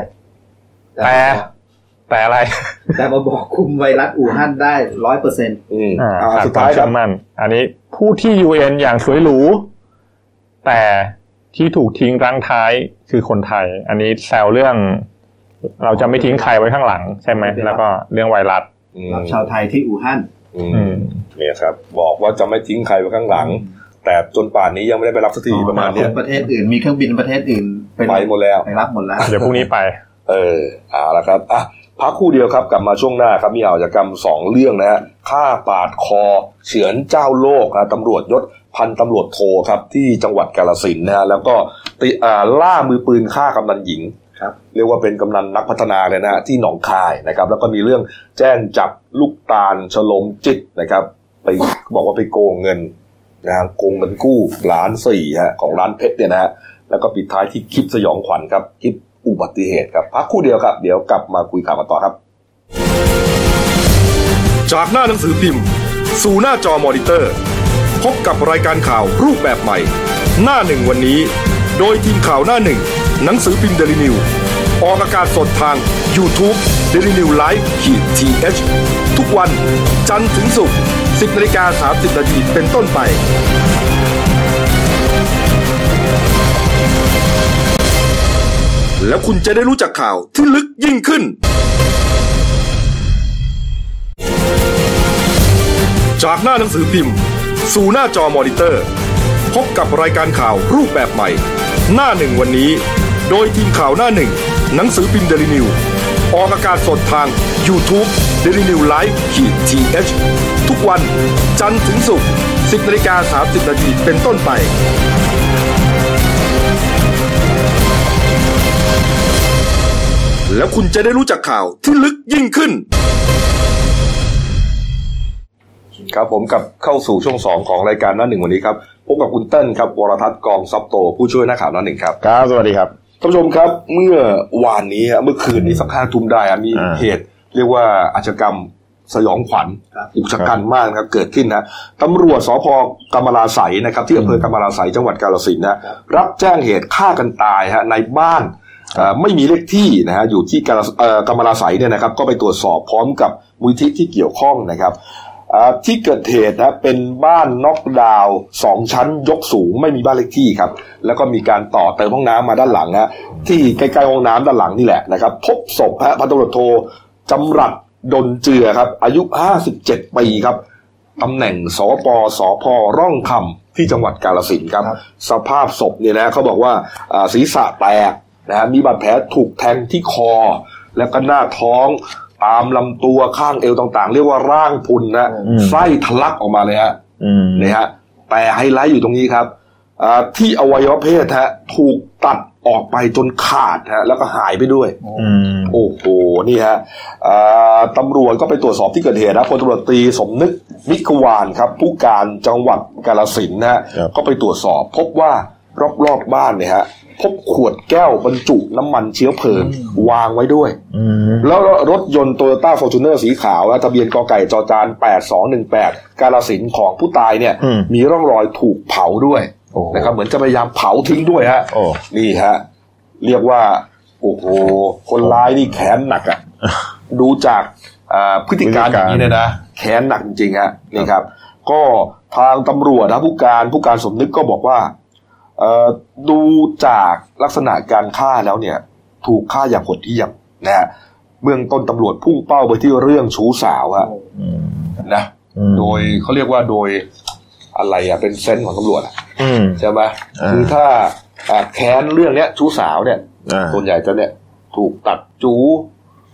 แต่อะไรแต่มาบอกคุมไวรัสอู่ฮั่นได้ 100% สุดท้ายครับอันนี้ผู้ที่ UN อย่างสวยหรูแต่ที่ถูกทิ้งรั้งท้ายคือคนไทยอันนี้แซวเรื่องเราจะไม่ทิ้งใครไว้ข้างหลังใช่ไหมแล้วก็เรื่องไวรัสชาวไทยที่อู่ฮั่นเนี่ยครับบอกว่าจะไม่ทิ้งใครไว้ข้างหลังแต่จนป่านนี้ยังไม่ได้ไปรับสักทีประมาณนี้ประเทศอื่นมีเครื่องบินประเทศอื่นไปหมดแล้วไปรับหมดแล้วเดี๋ยวพรุ่งนี้ไปเอาละครับพักคู่เดียวครับกลับมาช่วงหน้าครับมีอาชญากรรม2เรื่องนะฮะฆ่าปาดคอเฉือนเจ้าโลกนะตำรวจยศพันตำรวจโทครับที่จังหวัดกาฬสินธุ์นะฮะแล้วก็ล่ามือปืนฆ่ากำนันหญิงเรียกว่าเป็นกำนันนักพัฒนาเลยนะฮะที่หนองคายนะครับแล้วก็มีเรื่องแจ้งจับลูกตาลฉลมจิตนะครับไปบอกว่าไปโกงเงินนะโกงเงินกู้1.4 ฮะของร้านเพชรเนี่ยนะฮะแล้วก็ปิดท้ายที่คลิปสยองขวัญครับคลิปอุบัติเหตุครับพักคู่เดียวครับเดี๋ยวกลับมาคุยข่าวกันต่อครับจากหน้าหนังสือพิมพ์สู่หน้าจอมอนิเตอร์พบกับรายการข่าวรูปแบบใหม่หน้าหนึ่งวันนี้โดยทีมข่าวหน้าหนึ่งหนังสือพิมพ์ Daily News ออกอากาศสดทาง YouTube Daily News Live-TH ทุกวันจันทร์ถึงศุกร์ 10:30 น.เป็นต้นไปแล้วคุณจะได้รู้จักข่าวที่ลึกยิ่งขึ้นจากหน้าหนังสือพิมพ์สู่หน้าจอมอนิเตอร์พบกับรายการข่าวรูปแบบใหม่หน้าหนึ่งวันนี้โดยทีมข่าวหน้าหนึ่งหนังสือพิมพ์ Daily News ออกอากาศสดทาง YouTube Daily News Live-TH ทุกวันจันทร์ถึงศุกร์ 10:30 น.เป็นต้นไปแล้วคุณจะได้รู้จักข่าวที่ลึกยิ่งขึ้นครับผมกับเข้าสู่ช่วง2ของรายการหน้าหนึ่งวันนี้ครับพบกับคุณเติ้ลครับวรทัศน์กองซับโตผู้ช่วยนักข่าวหน้าหนึ่งครับครับสวัสดีครับท่านผู้ชมครับเมื่อวานนี้เมื่อคืนนี้สัก5 ทุ่มได้มีเหตุเรียกว่าอาชญากรรมสยองขวัญอุกชะกันมากนะครับเกิดขึ้นนะตำรวจสภ.กำมะลาไสยนะครับที่อำเภอกำมะลาไสยจังหวัดกาฬสินธุ์นะรับแจ้งเหตุฆ่ากันตายในบ้านไม่มีเลขที่นะฮะอยู่ที่กำมะลาไสยเนี่ยนะครับก็ไปตรวจสอบพร้อมกับมูลนิธิที่เกี่ยวข้องนะครับที่เกิดเหตุนะเป็นบ้านน็อกดาวน์2 ชั้นยกสูงไม่มีบ้านเลขที่ครับแล้วก็มีการต่อเติมห้องน้ำมาด้านหลังนะที่ใกล้ๆห้องน้ำด้านหลังนี่แหละนะครับพบศพพันตำรวจโทจำรัดดลเจือครับอายุ57 ปีครับตำแหน่งสปสพร่องคำที่จังหวัดกาฬสินธุ์ครับสภาพศพเนี่ยนะเขาบอกว่าศีรษะแตกนะมีบาดแผลถูกแทงที่คอแล้วก็หน้าท้องตามลำตัวข้างเอวต่างๆเรียกว่าร่างพุนนะไส้ทะลักออกมาเลยฮะนี่ฮะแต่ไฮไลท์อยู่ตรงนี้ครับที่อวัยวะเพศฮะถูกตัดออกไปจนขาดฮะแล้วก็หายไปด้วยโอ้โหนี่ฮะตำรวจก็ไปตรวจสอบที่เกิดเหตุนะพลตำรวจตรีสมนึกมิกวานครับผู้การจังหวัดกาฬสินธุ์นะฮะก็ไปตรวจสอบพบว่ารอบๆบ้านเนี่ยฮะพบขวดแก้วบรรจุน้ำมันเชื้อเพลิงวางไว้ด้วยแล้วรถยนต์ Toyota Fortuner สีขาวนะทะเบียนกไก่จจาน8218กาฬสินธุ์ของผู้ตายเนี่ยมีร่องรอยถูกเผาด้วยนะครับเหมือนจะพยายามเผาทิ้งด้วยฮะนี่ฮะเรียกว่าโอ้โหคนร้ายนี่แค้นหนักอ่ะดูจากพฤติการอย่างนี้เนี่ยนะแค้นหนักจริงๆฮะนี่ครับก็ทางตำรวจนะผู้การสมนึกก็บอกว่าดูจากลักษณะการฆ่าแล้วเนี่ยถูกฆ่าอย่างโหดเหี้ยมนะฮะเบื้องต้นตำรวจพุ่งเป้าไปที่เรื่องชู้สาวฮะนะโดยเขาเรียกว่าโดยอะไรเป็นเซนส์ของตำรวจใช่ไหมคือถ้าแค้นเรื่องเนี้ยชู้สาวเนี่ยส่วนใหญ่จะเนี่ยถูกตัดจู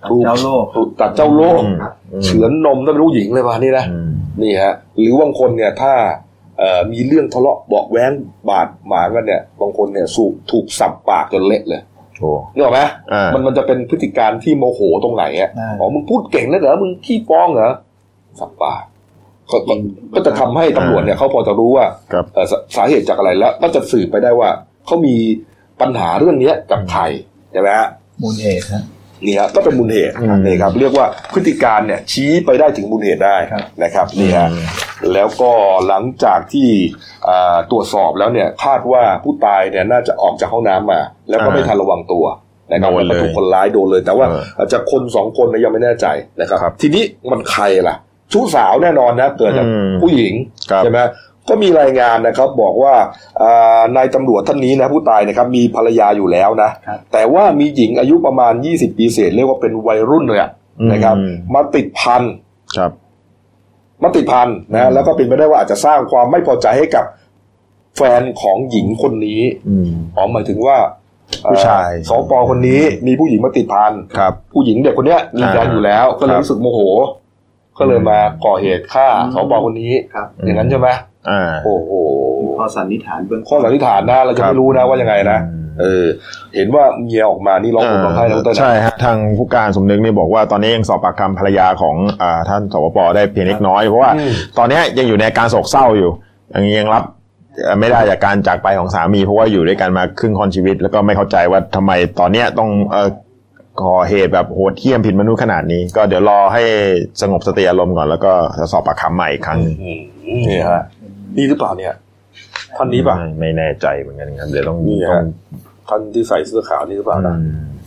เจ้าโลกตัดเจ้าโลกเฉือนนมต้องเป็นผู้หญิงเลยมานี่นะนี่ฮะหรือบางคนเนี่ยถ้ามีเรื่องทะเลาะเบาะแว้งบาดหมางกันเนี่ยบางคนเนี่ยถูกสับปากจนเละเลยนึกออกไหมมันจะเป็นพฤติการที่โมโหตรงไหนอ่ะมึงพูดเก่งแล้วเหรอมึงขี้ฟ้องเหรอสับปากก็จะทำให้ตำรวจเนี่ยเขาพอจะรู้ว่าสาเหตุจากอะไรแล้วก็จะสืบไปได้ว่าเขามีปัญหาเรื่องนี้กับใครใช่ไหมฮะมูลเหตุนี่ครับก็เป็นมูลเหตุนี่ครับเรียกว่าพฤติการเนี่ยชี้ไปได้ถึงมูลเหตุได้นะครับนี่ฮะแล้วก็หลังจากที่ตรวจสอบแล้วเนี่ยคาดว่าผู้ตายเนี่ยน่าจะออกจากห้องน้ำมาแล้วก็ไม่ทันระวังตัวนะครับแล้วถูกคนร้ายโดนเลยแต่ว่าอาจจะคน2คนยังไม่แน่ใจนะครับทีนี้มันใครล่ะชู้สาวแน่นอนนะเกิดจากผู้หญิงใช่ไหมก็มีรายงานนะครับบอกว่านายตำรวจท่านนี้นะผู้ตายนะครับมีภรรยาอยู่แล้วนะแต่ว่ามีหญิงอายุประมาณ20ปีเศษเรียกว่าเป็นวัยรุ่นเลยนะครับมาติดพันมาติดพันนะแล้วก็เป็นไปได้ว่าอาจจะสร้างความไม่พอใจให้กับแฟนของหญิงคนนี้หมายถึงว่าผู้ชายสป.คนนี้มีผู้หญิงมาติดพันผู้หญิงเด็กคนนี้มีแฟนอยู่แล้วก็เลยรู้สึกโมโหก็เลยมาก่อเหตุฆ่าสป.คนนี้อย่างนั้นใช่ไหมโอ้โหข้อสันนิษฐานเบื้องข้อสันนิษฐานนะเราจะไม่รู้นะว่ายังไงนะเห็นว่าเมียออกมานี่ร้องห่มร้องไห้แล้วใช่ฮะทางผู้การสมนึกนี่บอกว่าตอนนี้ยังสอบปากคำภรรยาของท่านสปป.ได้เพียงเล็กน้อยเพราะว่าตอนนี้ยังอยู่ในการโศกเศร้าอยู่ยังรับไม่ได้จากการจากไปของสามีเพราะว่าอยู่ด้วยกันมาครึ่งค่อนชีวิตแล้วก็ไม่เข้าใจว่าทำไมตอนนี้ต้องก่อเหตุแบบโหดเหี้ยมผิดมนุษย์ขนาดนี้ก็เดี๋ยวรอให้สงบสติอารมณ์ก่อนแล้วก็จะสอบปากคำใหม่อีกครั้งนี่ฮะนี่หรือเปล่าเนี่ยท่านนี้ป่ะไม่แน่ใจเหมือนกันครับเดี๋ยวต้องท่านที่ใส่เสื้อขาวนี่หรือเปล่านะ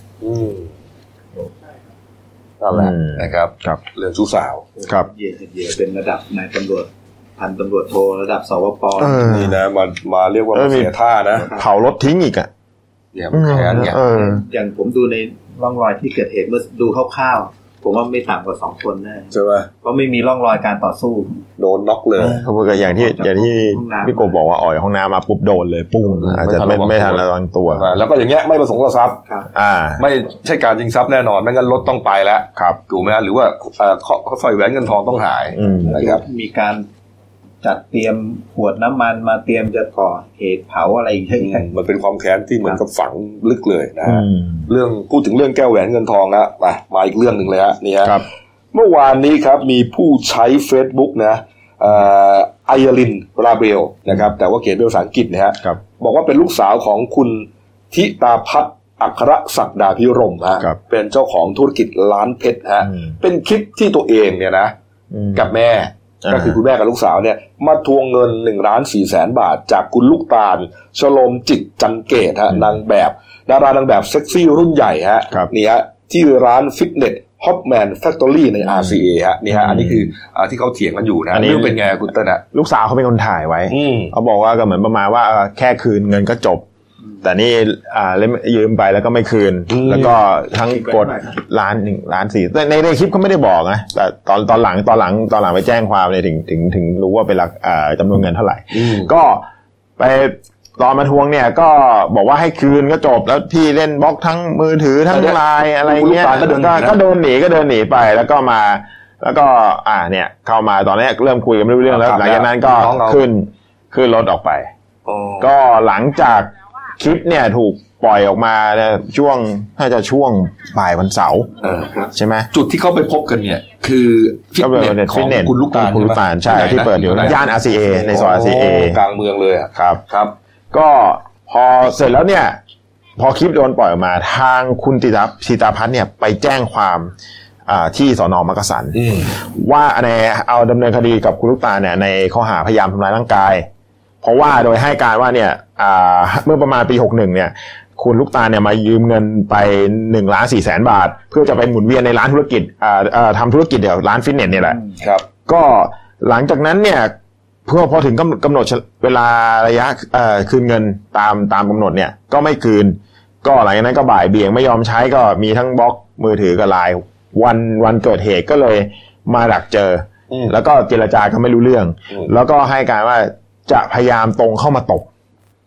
นั่นแหละนะครับเรื่องชู้สาวครับเย่เป็นระดับนายตำรวจพันตำรวจโทระดับสวป. นี่นะมาเรียกว่าเสียท่านะเผารถทิ้งอีกอ่ะเนี่ยแค้นเนี่ยอย่างผมดูในร่องรอยที่เกิดเหตุเมื่อดูคร่าวๆผมว่าไม่ต่ำกว่า2คนแน่ใช่ไหมเพราะไม่มีร่องรอยการต่อสู้โดนน็อกเลยเขาบอกอย่างที่พี่โกบอกว่าอ่อยห้องน้ำมาปุ๊บโดนเลยปุ้งอาจจะไม่ทันระวังตัวแล้วก็อย่างเงี้ยไม่ประสงค์ต่อทรัพย์ไม่ใช่การชิงทรัพย์แน่นอนไม่งั้นรถต้องไปแล้วถูกไหมหรือว่าสร้อยแหวนเงินทองต้องหายนะครับมีการจัดเตรียมขวดน้ำมันมาเตรียมจะก่อเหตุเผาอะไรอย่างเงี้ยมันเป็นความแค้นที่เหมือนกับฝังลึกเลยนะเรื่องพูดถึงเรื่องแก้วแหวนเงินทองนะมาอีกเรื่องหนึ่งเลยฮะนี่ฮะเมื่อวานนี้ครับมีผู้ใช้ Facebook นะไอรินราเบลนะครับแต่ว่าเขียนเป็นภาษาอังกฤษนะฮะบอกว่าเป็นลูกสาวของคุณธิตาภัทรอัครศักดาภิรมย์ฮะเป็นเจ้าของธุรกิจร้านเพชรฮะเป็นคลิปที่ตัวเองเนี่ยนะกับแม่ก็คือคุณแม่กับลูกสาวเนี่ยมาทวงเงิน1,400,000 บาทจากคุณลูกตาลชโลมจิตจันเกตฮะนางแบบดารานางแบบเซ็กซี่รุ่นใหญ่ฮะนี่ฮะที่ร้านฟิตเนส Hopman Factory ใน RCA ฮะนี่ฮะอันนี้คือที่เขาเถียงกันอยู่นะเรื่องเป็นไงคุณเต้นฮะลูกสาวเขาเป็นคนถ่ายไว้เขาบอกว่าก็เหมือนประมาณว่าแค่คืนเงินก็จบแต่นี่ยืมไปแล้วก็ไม่คืนแล้วก็ทั้งกด1,400,000ในคลิปเขาไม่ได้บอกนะแต่ตอนหลังไปแจ้งความเนี่ยถึงรู้ว่าเป็นจำนวนเงินเท่าไหร่ก็ไปตอนมาทวงเนี่ยก็บอกว่าให้คืนก็จบแล้วพี่เล่นบล็อกทั้งมือถือทั้งไลน์อะไรเงี้ยก็เดินหนีไปแล้วก็มาแล้วก็เนี่ยเข้ามาตอนนี้เริ่มคุยกันไม่รู้เรื่องแล้วหลังจากนั้นก็ขึ้นรถออกไปก็หลังจากคลิปเนี่ยถูกปล่อยออกมาช่วงน่าจะช่วงบ่ายวันเสาร์ใช่ไหมจุดที่เขาไปพบกันเนี่ยคือฟิตเนสของคุณลูกตาลใช่ที่เปิดอยู่ย่าน RCA ในซอย RCA กลางเมืองเลยครับก็พอเสร็จแล้วเนี่ยพอคลิปโดนปล่อยออกมาทางคุณธิตาภัทรเนี่ยไปแจ้งความที่สน.มักกะสันว่าเอาดำเนินคดีกับคุณลูกตาลเนี่ยในข้อหาพยายามทำร้ายร่างกายเพราะว่าโดยให้การว่าเนี่ยเมื่อประมาณปี61เนี่ยคุณลูกตาลเนี่ยมายืมเงินไป1,400,000 บาทเพื่อจะไปหมุนเวียนในร้านธุรกิจทำธุรกิจเดี๋ยวร้านฟิตเนสเนี่ยแหละครับก็หลังจากนั้นเนี่ยพอถึงกำหนดเวลาระยะคืนเงินตามกำหนดเนี่ยก็ไม่คืนก็หลังจากนั้นก็บ่ายเบี่ยงไม่ยอมใช้ก็มีทั้งบล็อกมือถือกับไลน์วันเกิดเหตุก็เลยมาดักเจอแล้วก็เจรจากันไม่รู้เรื่องแล้วก็ให้การว่าจะพยายามตรงเข้ามาตบ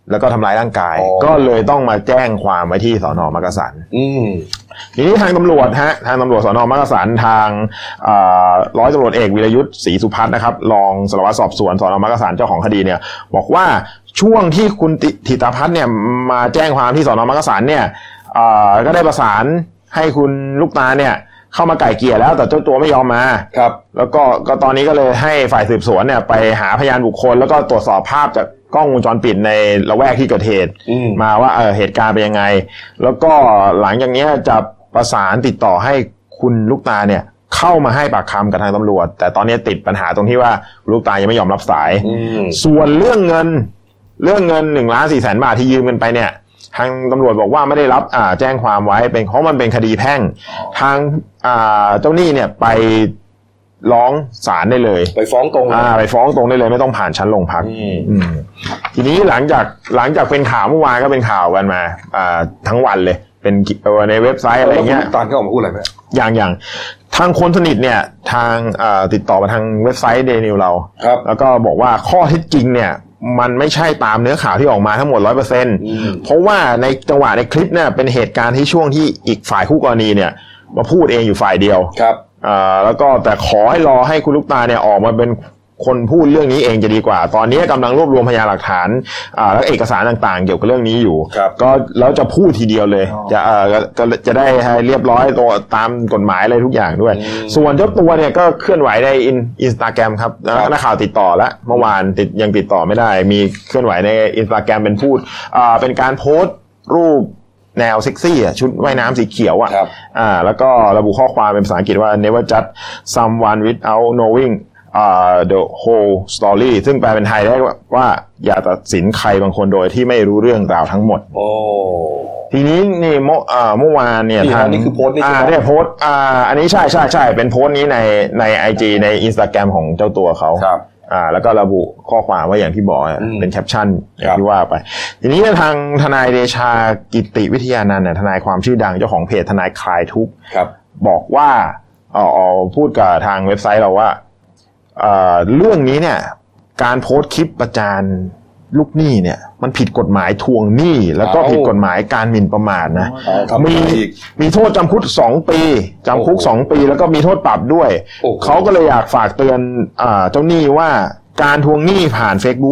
แล้วก็ทำร้ายร่างกายก็เลยต้องมาแจ้งความไว้ที่สน.มักกะสันทีนี้ทางตำรวจทางตำรวจสน.มักกะสันทางร้อยตำรวจเอกวีรยุทธ์ศรีสุพัฒน์นะครับรองสารวัตรสอบสวนสน.มักกะสันเจ้าของคดีเนี่ยบอกว่าช่วงที่คุณธิตาพัฒน์เนี่ยมาแจ้งความที่สน.มักกะสันเนี่ยก็ได้ประสานให้คุณลูกตาเนี่ยเข้ามาไก่เกลี่ยแล้วแต่เจ้าตัวไม่ยอมมาครับแล้วก็ตอนนี้ก็เลยให้ฝ่ายสืบสวนเนี่ยไปหาพยานบุคคลแล้วก็ตรวจสอบภาพจากกล้องวงจรปิดในละแวกที่เกิดเหตุมาว่าเหตุการณ์เป็นยังไงแล้วก็หลังจากนี้จะประสานติดต่อให้คุณลูกตาเนี่ยเข้ามาให้ปากคำกับทางตำรวจแต่ตอนนี้ติดปัญหาตรงที่ว่าลูกตายังไม่ยอมรับสายส่วนเรื่องเงิน1,400,000 บาทที่ยืมกันไปเนี่ยทางตำรวจบอกว่าไม่ได้รับแจ้งความไว้เป็นเพราะมันเป็นคดีแพ่งทางเจ้าหนี้เนี่ยไปร้องศาลได้เลยไปฟ้องตรงไปฟ้องตรงได้เลยไม่ต้องผ่านชั้นโรงพักทีนี้หลังจากเป็นข่าวเมื่อวานก็เป็นข่าวกันมาทั้งวันเลยเป็นในเว็บไซต์อะไรเงี้ยตอนเขาออกมาพูดอะไรไหมอย่างทางคนสนิทเนี่ยทางติดต่อมาทางเว็บไซต์เดนิวเราแล้วก็บอกว่าข้อเท็จจริงเนี่ยมันไม่ใช่ตามเนื้อข่าวที่ออกมาทั้งหมด 100% เพราะว่าในจังหวะในคลิปเนี่ยเป็นเหตุการณ์ที่ช่วงที่อีกฝ่ายคู่กรณีเนี่ยมาพูดเองอยู่ฝ่ายเดียวครับแล้วก็แต่ขอให้รอให้คุณลูกตาเนี่ยออกมาเป็นคนพูดเรื่องนี้เองจะดีกว่าตอนนี้กำลังรวบรวมพยานหลักฐานและเอกสารต่างๆเกี่ยวกับเรื่องนี้อยู่ก็แล้วจะพูดทีเดียวเลยจะได้ให้เรียบร้อยตัวตามกฎหมายอะไรทุกอย่างด้วยส่วนเจ้าตัวเนี่ยก็เคลื่อนไหวใน Instagram ครับนักข่าวติดต่อแล้วเมื่อวานยังติดต่อไม่ได้มีเคลื่อนไหวใน Instagram เป็นพูดเป็นการโพสต์รูปแนวเซ็กซี่ชุดว่ายน้ำสีเขียวแล้วก็ระบุข้อความเป็นภาษาอังกฤษว่า never judge someone without knowing the whole story ซึ่งแปลเป็นไทยได้ว่าอย่าตัดสินใครบางคนโดยที่ไม่รู้เรื่องราวทั้งหมดทีนี้นี่เมื่อวานเนี่ยทางนี้คือโพสต์นี่เนี่ยโพสต์อันนี้ใช่เป็นโพสต์นี้ใน IG ใน Instagram ของเจ้าตัวเขาแล้วก็ระบุข้อความว่าอย่างที่บอกเป็นแคปชั่นอย่างที่ว่าไปทีนี้ทางทนายเดชากิติวิทยานันท์ทนายความชื่อดังเจ้าของเพจทนายคลายทุกข์บอกว่าพูดกับทางเว็บไซต์เราว่าเรื่องนี้เนี่ยการโพสต์คลิปประจานลูกหนี้เนี่ยมันผิดกฎหมายทวงหนี้แล้วก็ผิดกฎหมายการหมิ่นประมาทนะมีโทษจำคุก2 ปีจำคุก2 ปีแล้วก็มีโทษปรับด้วยเขาก็เลยอยากฝากเตือนเจ้าหนี้ว่าการทวงหนี้ผ่าน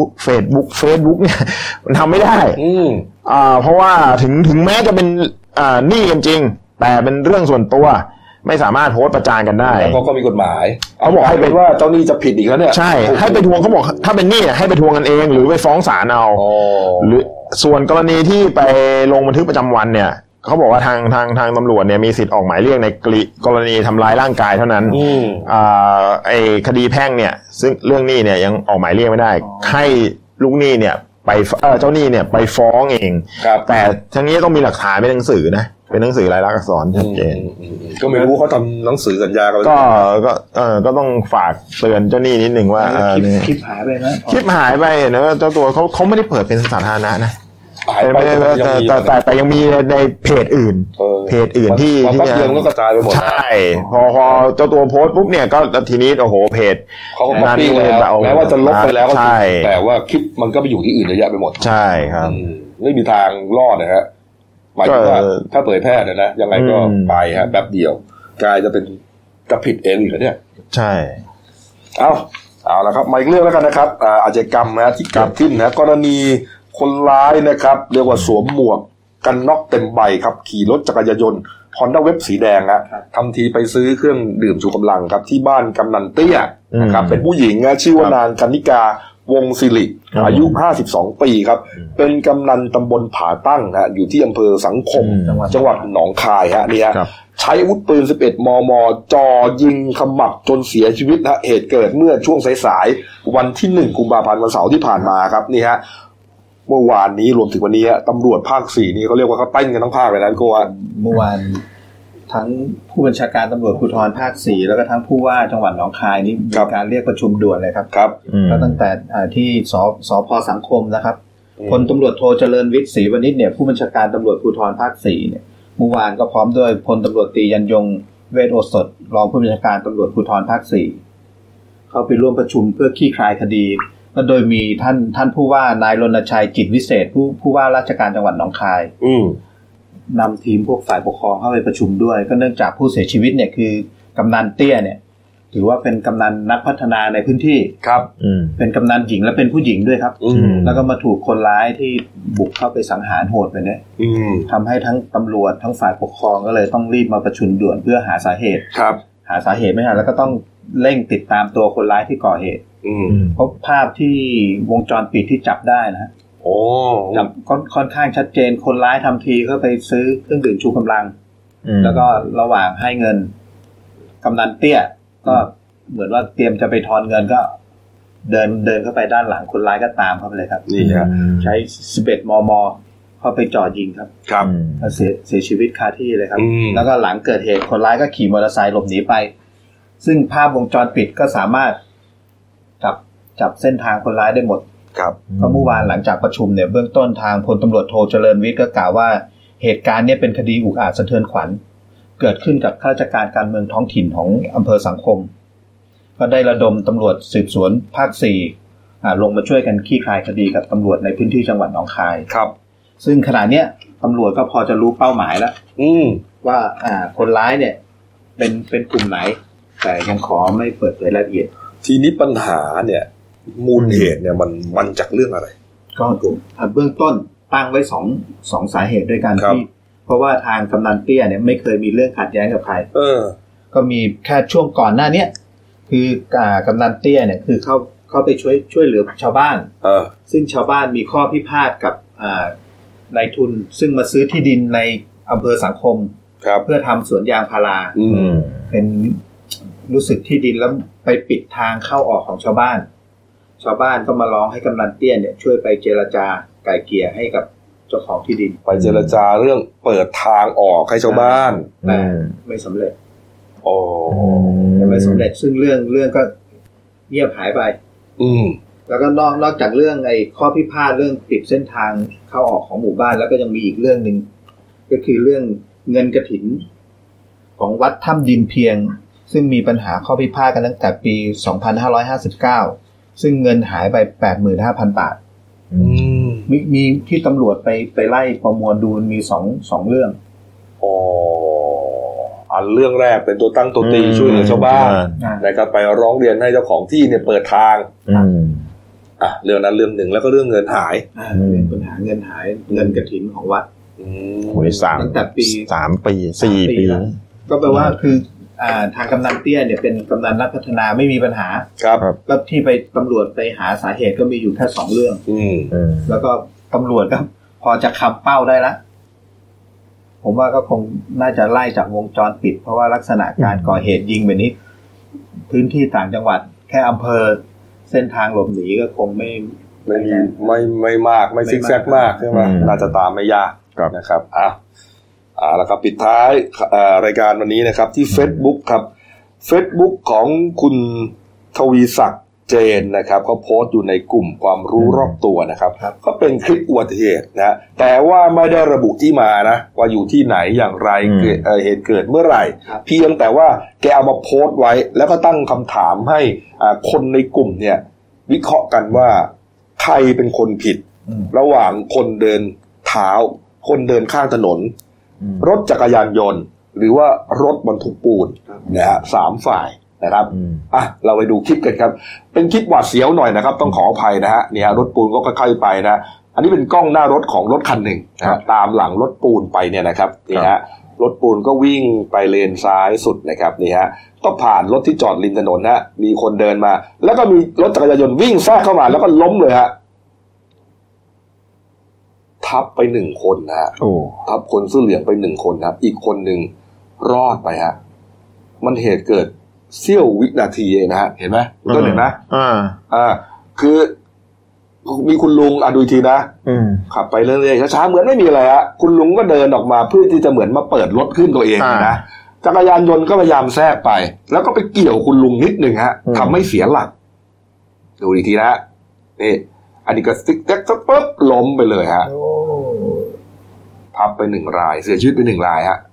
Facebook เนี่ยมันทำไม่ได้เพราะว่าถึงแม้จะเป็นหนี้กันจริงแต่เป็นเรื่องส่วนตัวไม่สามารถโพสต์ประจานกันได้แล้วก็มีกฎหมายเขาบอกให้เป็นว่าเจ้าหนี้จะผิดอีกแล้วเนี่ยใช่ให้ไปทวงเขาบอกถ้าเป็นหนี้ให้ไปทวงกันเองหรือไปฟ้องศาลเอาหรือส่วนกรณีที่ไปลงบันทึกประจำวันเนี่ยเขาบอกว่าทางตำรวจเนี่ยมีสิทธิ์ออกหมายเรียกในกรณีทำร้ายร่างกายเท่านั้นไอ้คดีแพ่งเนี่ยซึ่งเรื่องหนี้เนี่ยยังออกหมายเรียกไม่ได้ให้ลูกหนี้เนี่ยไปเจ้าหนี้เนี่ยไปฟ้องเองแต่ทั้งนี้ต้องมีหลักฐานเป็นหนังสือนะเป็นหนังสือลายลักษณ์อักษรชัดเจนก็ไม่รู้เขาทำหนังสือสัญญากันก็ต้องฝากเตือนเจ้าหนี้นิดนึงว่าคลิปหายไปนะคลิปหายไปนะเจ้าตัวเขาไม่ได้เปิดเป็นสาธารณะนะแต่ยังมีในเพจอื่นที่ก็กระจายไปหมดใช่พอเจ้าตัวโพสต์ปุ๊บเนี่ยก็ทีนี้โอ้โหเพจเขาก็ก๊อปปี้แล้วแม้ว่าจะลบไปแล้วก็แต่ว่าคลิปมันก็ไปอยู่ที่อื่นเยอะแยะไปหมดใช่ครับไม่มีทางรอดนะฮะหมายถึงว่าถ้าเผยแพร่นะยังไงก็ไปฮะแป๊บเดียวกลายจะผิดเองอีกเนี่ยใช่เอาละครับมาอีกเรื่องแล้วกันนะครับอาชญากรรมนะที่เกิดขึ้นนะกรณีคนร้ายนะครับเรียกว่าสวมหมวกกันน็อกเต็มใบครับขี่รถจักรยานยนต์ Honda Wave สีแดงฮะทำทีไปซื้อเครื่องดื่มชูกำลังครับที่บ้านกำนันเตี้ยนะครับเป็นผู้หญิงชื่อว่านางกนิกาวงศิริอายุ52 ปีครับเป็นกำนันตำบลผาตั้งนะอยู่ที่อำเภอสังคมจังหวัดหนองคายฮะนี่ฮะใช้อาวุธปืน11 มม.จ่อยิงขมับจนเสียชีวิตนะเหตุเกิดเมื่อช่วงสายๆวันที่1 กุมภาพันธ์วันเสาร์ที่ผ่านมาครับนี่ฮะเมื่อวานนี้รวมถึงวันนี้ตำรวจภาค4นี่เขาเรียกว่าเขาเต้นกันทั้งภาคเลยนะก็ว่าเมื่อวานทั้งผู้บัญชาการตำรวจภูธรภาค4แล้วก็ทั้งผู้ว่าจังหวัดหนองคายนี่มีการเรียกประชุมด่วนเลยครับก็ตั้งแต่ที่สภ.สังคมนะครับพลตำรวจโทเจริญวิทย์ศรีวณิชเนี่ยผู้บัญชาการตำรวจภูธรภาค4เนี่ยเมื่อวานก็พร้อมด้วยพลตำรวจตรียันยงเวชโอสถรองผู้บัญชาการตำรวจภูธรภาค4เข้าไปร่วมประชุมเพื่อคลี่คลายคดีก็โดยมีท่านผู้ว่านายรณชัยจิตวิเศษผู้ว่าราชการจังหวัดหนองคายนำทีมพวกฝ่ายปกครองเข้าไปประชุมด้วยก็เนื่องจากผู้เสียชีวิตเนี่ยคือกำนันเตี้ยเนี่ยถือว่าเป็นกำนันนักพัฒนาในพื้นที่ครับเป็นกำนันหญิงและเป็นผู้หญิงด้วยครับแล้วก็มาถูกคนร้ายที่บุกเข้าไปสังหารโหดไปเนี่ยทำให้ทั้งตำรวจทั้งฝ่ายปกครองก็เลยต้องรีบมาประชุมด่วนเพื่อหาสาเหตุหาสาเหตุไม่ทันแล้วก็ต้องเร่งติดตามตัวคนร้ายที่ก่อเหตุเพราะภาพที่วงจรปิดที่จับได้นะจับค่อนข้างชัดเจนคนร้ายทำทีก็ไปซื้อเครื่องดื่มชูกำลังแล้วก็ระหว่างให้เงินกำนันเตี้ยก็เหมือนว่าเตรียมจะไปทอนเงินก็เดินเข้าไปด้านหลังคนร้ายก็ตามเข้าไปเลยครับนี่ฮะใช้11 มม.เข้าไปจ่อยิงครับเสียชีวิตคาที่เลยครับแล้วก็หลังเกิดเหตุคนร้ายก็ขี่มอเตอร์ไซค์หลบหนีไปซึ่งภาพวงจรปิดก็สามารถจับเส้นทางคนร้ายได้หมดก็เมื่อวานหลังจากประชุมเนี่ยเบื้องต้นทางพลตำรวจโทเจริญวิทย์ก็กล่าวว่าเหตุการณ์นี้เป็นคดีอุกอาจสะเทือนขวัญเกิดขึ้นกับข้าราชการเมืองท้องถิ่นของอำเภอสังคมก็ได้ระดมตำรวจสืบสวนภาค4ลงมาช่วยกันคลี่คลายคดีกับตำรวจในพื้นที่จังหวัดหนองคายครับซึ่งขณะเนี้ยตำรวจก็พอจะรู้เป้าหมายแล้วว่าคนร้ายเนี่ยเป็นกลุ่มไหนแต่ยังขอไม่เปิดเผยรายละเอียดทีนี้ปัญหาเนี่ยมูลเหตุเนี่ยมันจากเรื่องอะไรก็เบื้องต้นตั้งไว้สองสาเหตุด้วยกันที่เพราะว่าทางกำนันเตี้ยเนี่ยไม่เคยมีเรื่องขัดแย้งกับใครก็มีแค่ช่วงก่อนหน้านี้คือกำนันเตี้ยเนี่ยคือเข้าไปช่วยเหลือชาวบ้านซึ่งชาวบ้านมีข้อพิพาทกับนายทุนซึ่งมาซื้อที่ดินในอำเภอสังคมเพื่อทำสวนยางพาราเป็นรู้สึกที่ดินแล้วไปปิดทางเข้าออกของชาวบ้านก็มาร้องให้กำนันเตี้ยเนี่ยช่วยไปเจรจาไกล่เกลี่ยให้กับเจ้าของที่ดินไปเจรจาเรื่องเปิดทางออกให้ชาวบ้านแต่ไม่สำเร็จไม่สำเร็จซึ่งเรื่องก็เงียบหายไปแล้วก็นอกจากเรื่องไอ้ข้อพิพาทเรื่องปิดเส้นทางเข้าออกของหมู่บ้านแล้วก็ยังมีอีกเรื่องนึงก็คือเรื่องเงินกฐินของวัดถ้ำดินเพียงซึ่งมีปัญหาข้อพิพาทกันตั้งแต่ปี2559ซึ่งเงินหายไป 85,000 บาทมีที่ตำรวจไปไล่ประมวลดูมีสองเรื่องอันเรื่องแรกเป็นตัวตั้งตัวตีช่วยเหลือชาวบ้านนะครับไปร้องเรียนให้เจ้าของที่เนี่ยเปิดทางเรื่องนั้นเรื่องหนึ่งแล้วก็เรื่องเงินหายปัญหาเงินหายเงินกฐินของวัดตั้งแต่ปี3 ปี 4 ปีก็แปลว่าคือทางกำนันเตี้ยเนี่ยเป็นกำนันนักพัฒนาไม่มีปัญหาก็ที่ไปตำรวจไปหาสาเหตุก็มีอยู่แค่2เรื่องแล้วก็ตำรวจก็พอจะคำเป้าได้แล้วผมว่าก็คงน่าจะไล่จากวงจรปิดเพราะว่าลักษณะการก่อเหตุยิงแบบนี้พื้นที่ต่างจังหวัดแค่อำเภอเส้นทางหลบหนีก็คงไม่มากไม่ซิกแซกมากใช่ไหมน่าจะตามไม่ยากนะครับแล้วก็ปิดท้ายรายการวันนี้นะครับที่ Facebook ครับ Facebook ของคุณทวีศักดิ์เจนนะครับเขาโพสต์อยู่ในกลุ่มความรู้รอบตัวนะครับก็เป็นคลิปอุบัติเหตุนะแต่ว่าไม่ได้ระบุที่มานะว่าอยู่ที่ไหนอย่างไรเหตุเกิดเมื่อไหร่เพียงแต่ว่าแกเอามาโพสต์ไว้แล้วก็ตั้งคำถามให้คนในกลุ่มเนี่ยวิเคราะห์กันว่าใครเป็นคนผิดระหว่างคนเดินเท้าคนเดินข้างถนนรถจักรยานยนต์หรือว่ารถบรรทุกปูนนะฮะ3ฝ่ายนะครับเราไปดูคลิปกันครับเป็นคลิปหวาดเสียวหน่อยนะครับต้องขออภัยนะฮะเนี่ยรถปูนก็ค่อยๆไปนะอันนี้เป็นกล้องหน้ารถของรถคันหนึ่งนะตามหลังรถปูนไปเนี่ยนะครับนี่ฮะรถปูนก็วิ่งไปเลนซ้ายสุดนะครับนี่ฮะก็ผ่านรถที่จอดริมถนนนะมีคนเดินมาแล้วก็มีรถจักรยานยนต์วิ่งแทรกเข้ามาแล้วก็ล้มเลยฮะทับไป1คนนะฮะทับคนเสื้อเหลืองไป1คนครับอีกคนนึงรอดไปฮะมันเหตุเกิดเสี้ยววินาทีเองนะฮะเห็นไหมก็เห็นไหมคือมีคุณลุงดูอีกทีนะขับไปเรื่อยๆช้าๆเหมือนไม่มีอะไรฮะคุณลุงก็เดินออกมาเพื่อที่จะเหมือนมาเปิดรถขึ้นตัวเองนะจักรยานยนต์ก็พยายามแทรกไปแล้วก็ไปเกี่ยวคุณลุงนิดนึงฮะทำให้เสียหลักดูอีกทีนะนี่อันนี้ก็ติ๊กแท็กปุ๊บล้มไปเลยฮะทับไป1รายเสียชีวิตไป1รายฮะ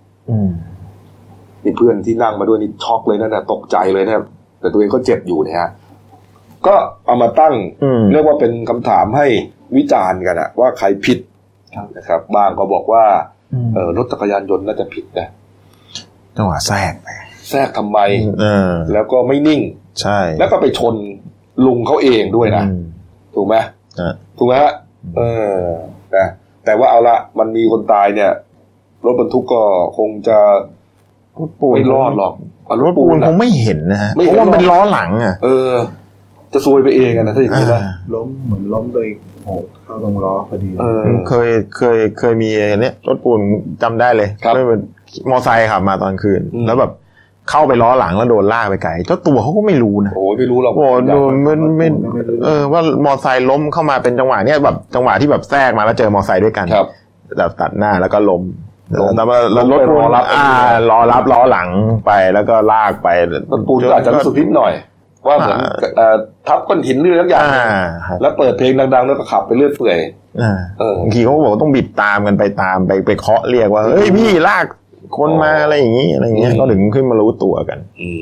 นี่เพื่อนที่นั่งมาด้วยนี่ช็อกเลยนะตกใจเลยนะแต่ตัวเองก็เจ็บอยู่นะฮะก็เอามาตั้งเรียกว่าเป็นคำถามให้วิจารณ์กันว่าใครผิดนะครับบางก็บอกว่ารถจักรยานยนต์น่าจะผิดนะจังหวะแทรกทำไมแล้วก็ไม่นิ่งใช่แล้วก็ไปชนลุงเขาเองด้วยนะถูกไหมถูกไหมฮะนะแต่ว่าเอาละมันมีคนตายเนี่ยรถบรรทุกก็คงจะไม่รอดหรอกรถปูนคงไม่เห็นนะฮะเพราะว่ามันล้อหลังจะซวยไปเองนะถ้าอย่างนี้นะเหมือนล้มโดยโหเข้าตรงล้อพอดีเคยมีเนี้ยรถปูนจำได้เลยไม่เป็นมอไซค์ขับมาตอนคืนแล้วแบบเข้าไปล้อหลังแล้วโดนลากไปไกลเจ้าตัวเขาก็ไม่รู้นะโอ้ไม่รู้หรอกโดนไม่ว่ามอไซค์ล้มเข้ามาเป็นจังหวะเนี้ยแบบจังหวะที่แบบแทรกมาแล้วเจอมอไซค์ด้วยกันแบบตัดหน้าแล้วก็ล้มแต่ว่ารถปูนรอรับล้อหลังไปแล้วก็ลากไปรถปูนอาจจะรู้สึกนิดหน่อยว่าเหมือนทับก้อนหินเรื่อยทุกอย่างแล้วเปิดเพลงดังๆแล้วก็ขับไปเรื่อยเปื่อยบางทีเขาบอกต้องบิดตามกันไปตามไปเคาะเรียกว่าเฮ้ยพี่ลากคนมาอะไรอย่างนี้อะไรเงี้ยก็ถึงขึ้นมารู้ตัวกัน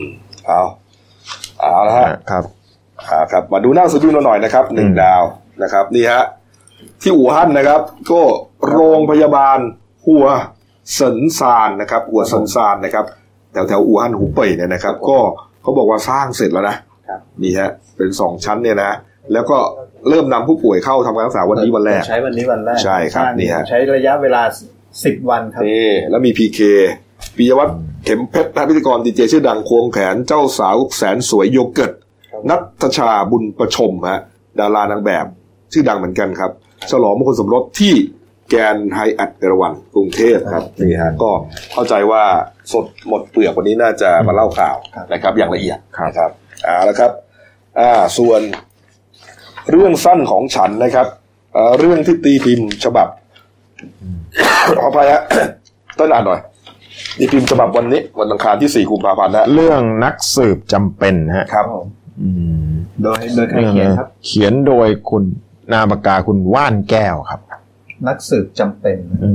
เอาละฮะครับมาดูหน้าสือพิมพ์เราหน่อยนะครับ1 ดาวนะครับนี่ฮะที่อู่ฮั่นนะครับก็โรงพยาบาลหัวเซินซานนะครับหัวเซินซานนะครับแถวอู่ฮั่นหูเป่ยเนี่ยนะครับก็เขาบอกว่าสร้างเสร็จแล้วนะนี่ฮะเป็น2 ชั้นเนี่ยนะแล้วก็เริ่มนำผู้ป่วยเข้าทำการรักษาวันนี้วันแรกใช้วันนี้วันแรกใช่ครับนี่ฮะใช้ระยะเวลา10 วันครับแล้วมี PK ปิยวัฒน์เข็มเพชรพิธีกรดีเจชื่อดังควงแขนเจ้าสาวแสนสวยโยเกิร์ตนัทชาบุญประชมฮะดารานางแบบชื่อดังเหมือนกันครับฉลองมงคลสมรสที่แกรนด์ไฮแอทเอราวัณกรุงเทพครับนี่ฮะก็เข้าใจว่าสดหมดเปลือกวันนี้น่าจะมาเล่าข่าวนะครับอย่างละเอียดนะครับแล้วครับส่วนเรื่องสั้นของฉันนะครับเรื่องที่ตีพิมพ์ฉบับขออภัยฮะต้นอ่านหน่อยตีพิมพ์ฉบับวันนี้วันอังคารที่4 กุมภาพันธ์นะเรื่องนักสืบจำเป็นฮะครับโดยใครเขียนครับเขียนโดยคุณนามปากกาคุณว่านแก้วครับนักสืบจำเป็น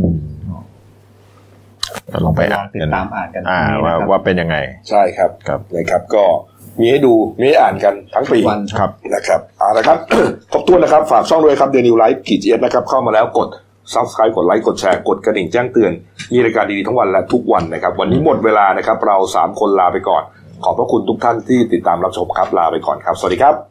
ลองไปติดตามอ่านกันว่าเป็นยังไงใช่ครับนะครับก็มีให้ดูมีให้อ่านกันทั้งปีครับนะครับละครับ ขอบคุณนะครับฝากช่องด้วยครับ The New Life GS นะครับเข้ามาแล้วกด Subscribe กดไลค์กดแชร์กดกระดิ่งแจ้งเตือนมีรายการดีๆทั้งวันและทุกวันนะครับวันนี้หมดเวลานะครับเรา3 คนลาไปก่อนขอบพระคุณทุกท่านที่ติดตามรับชมครับลาไปก่อนครับสวัสดีครับ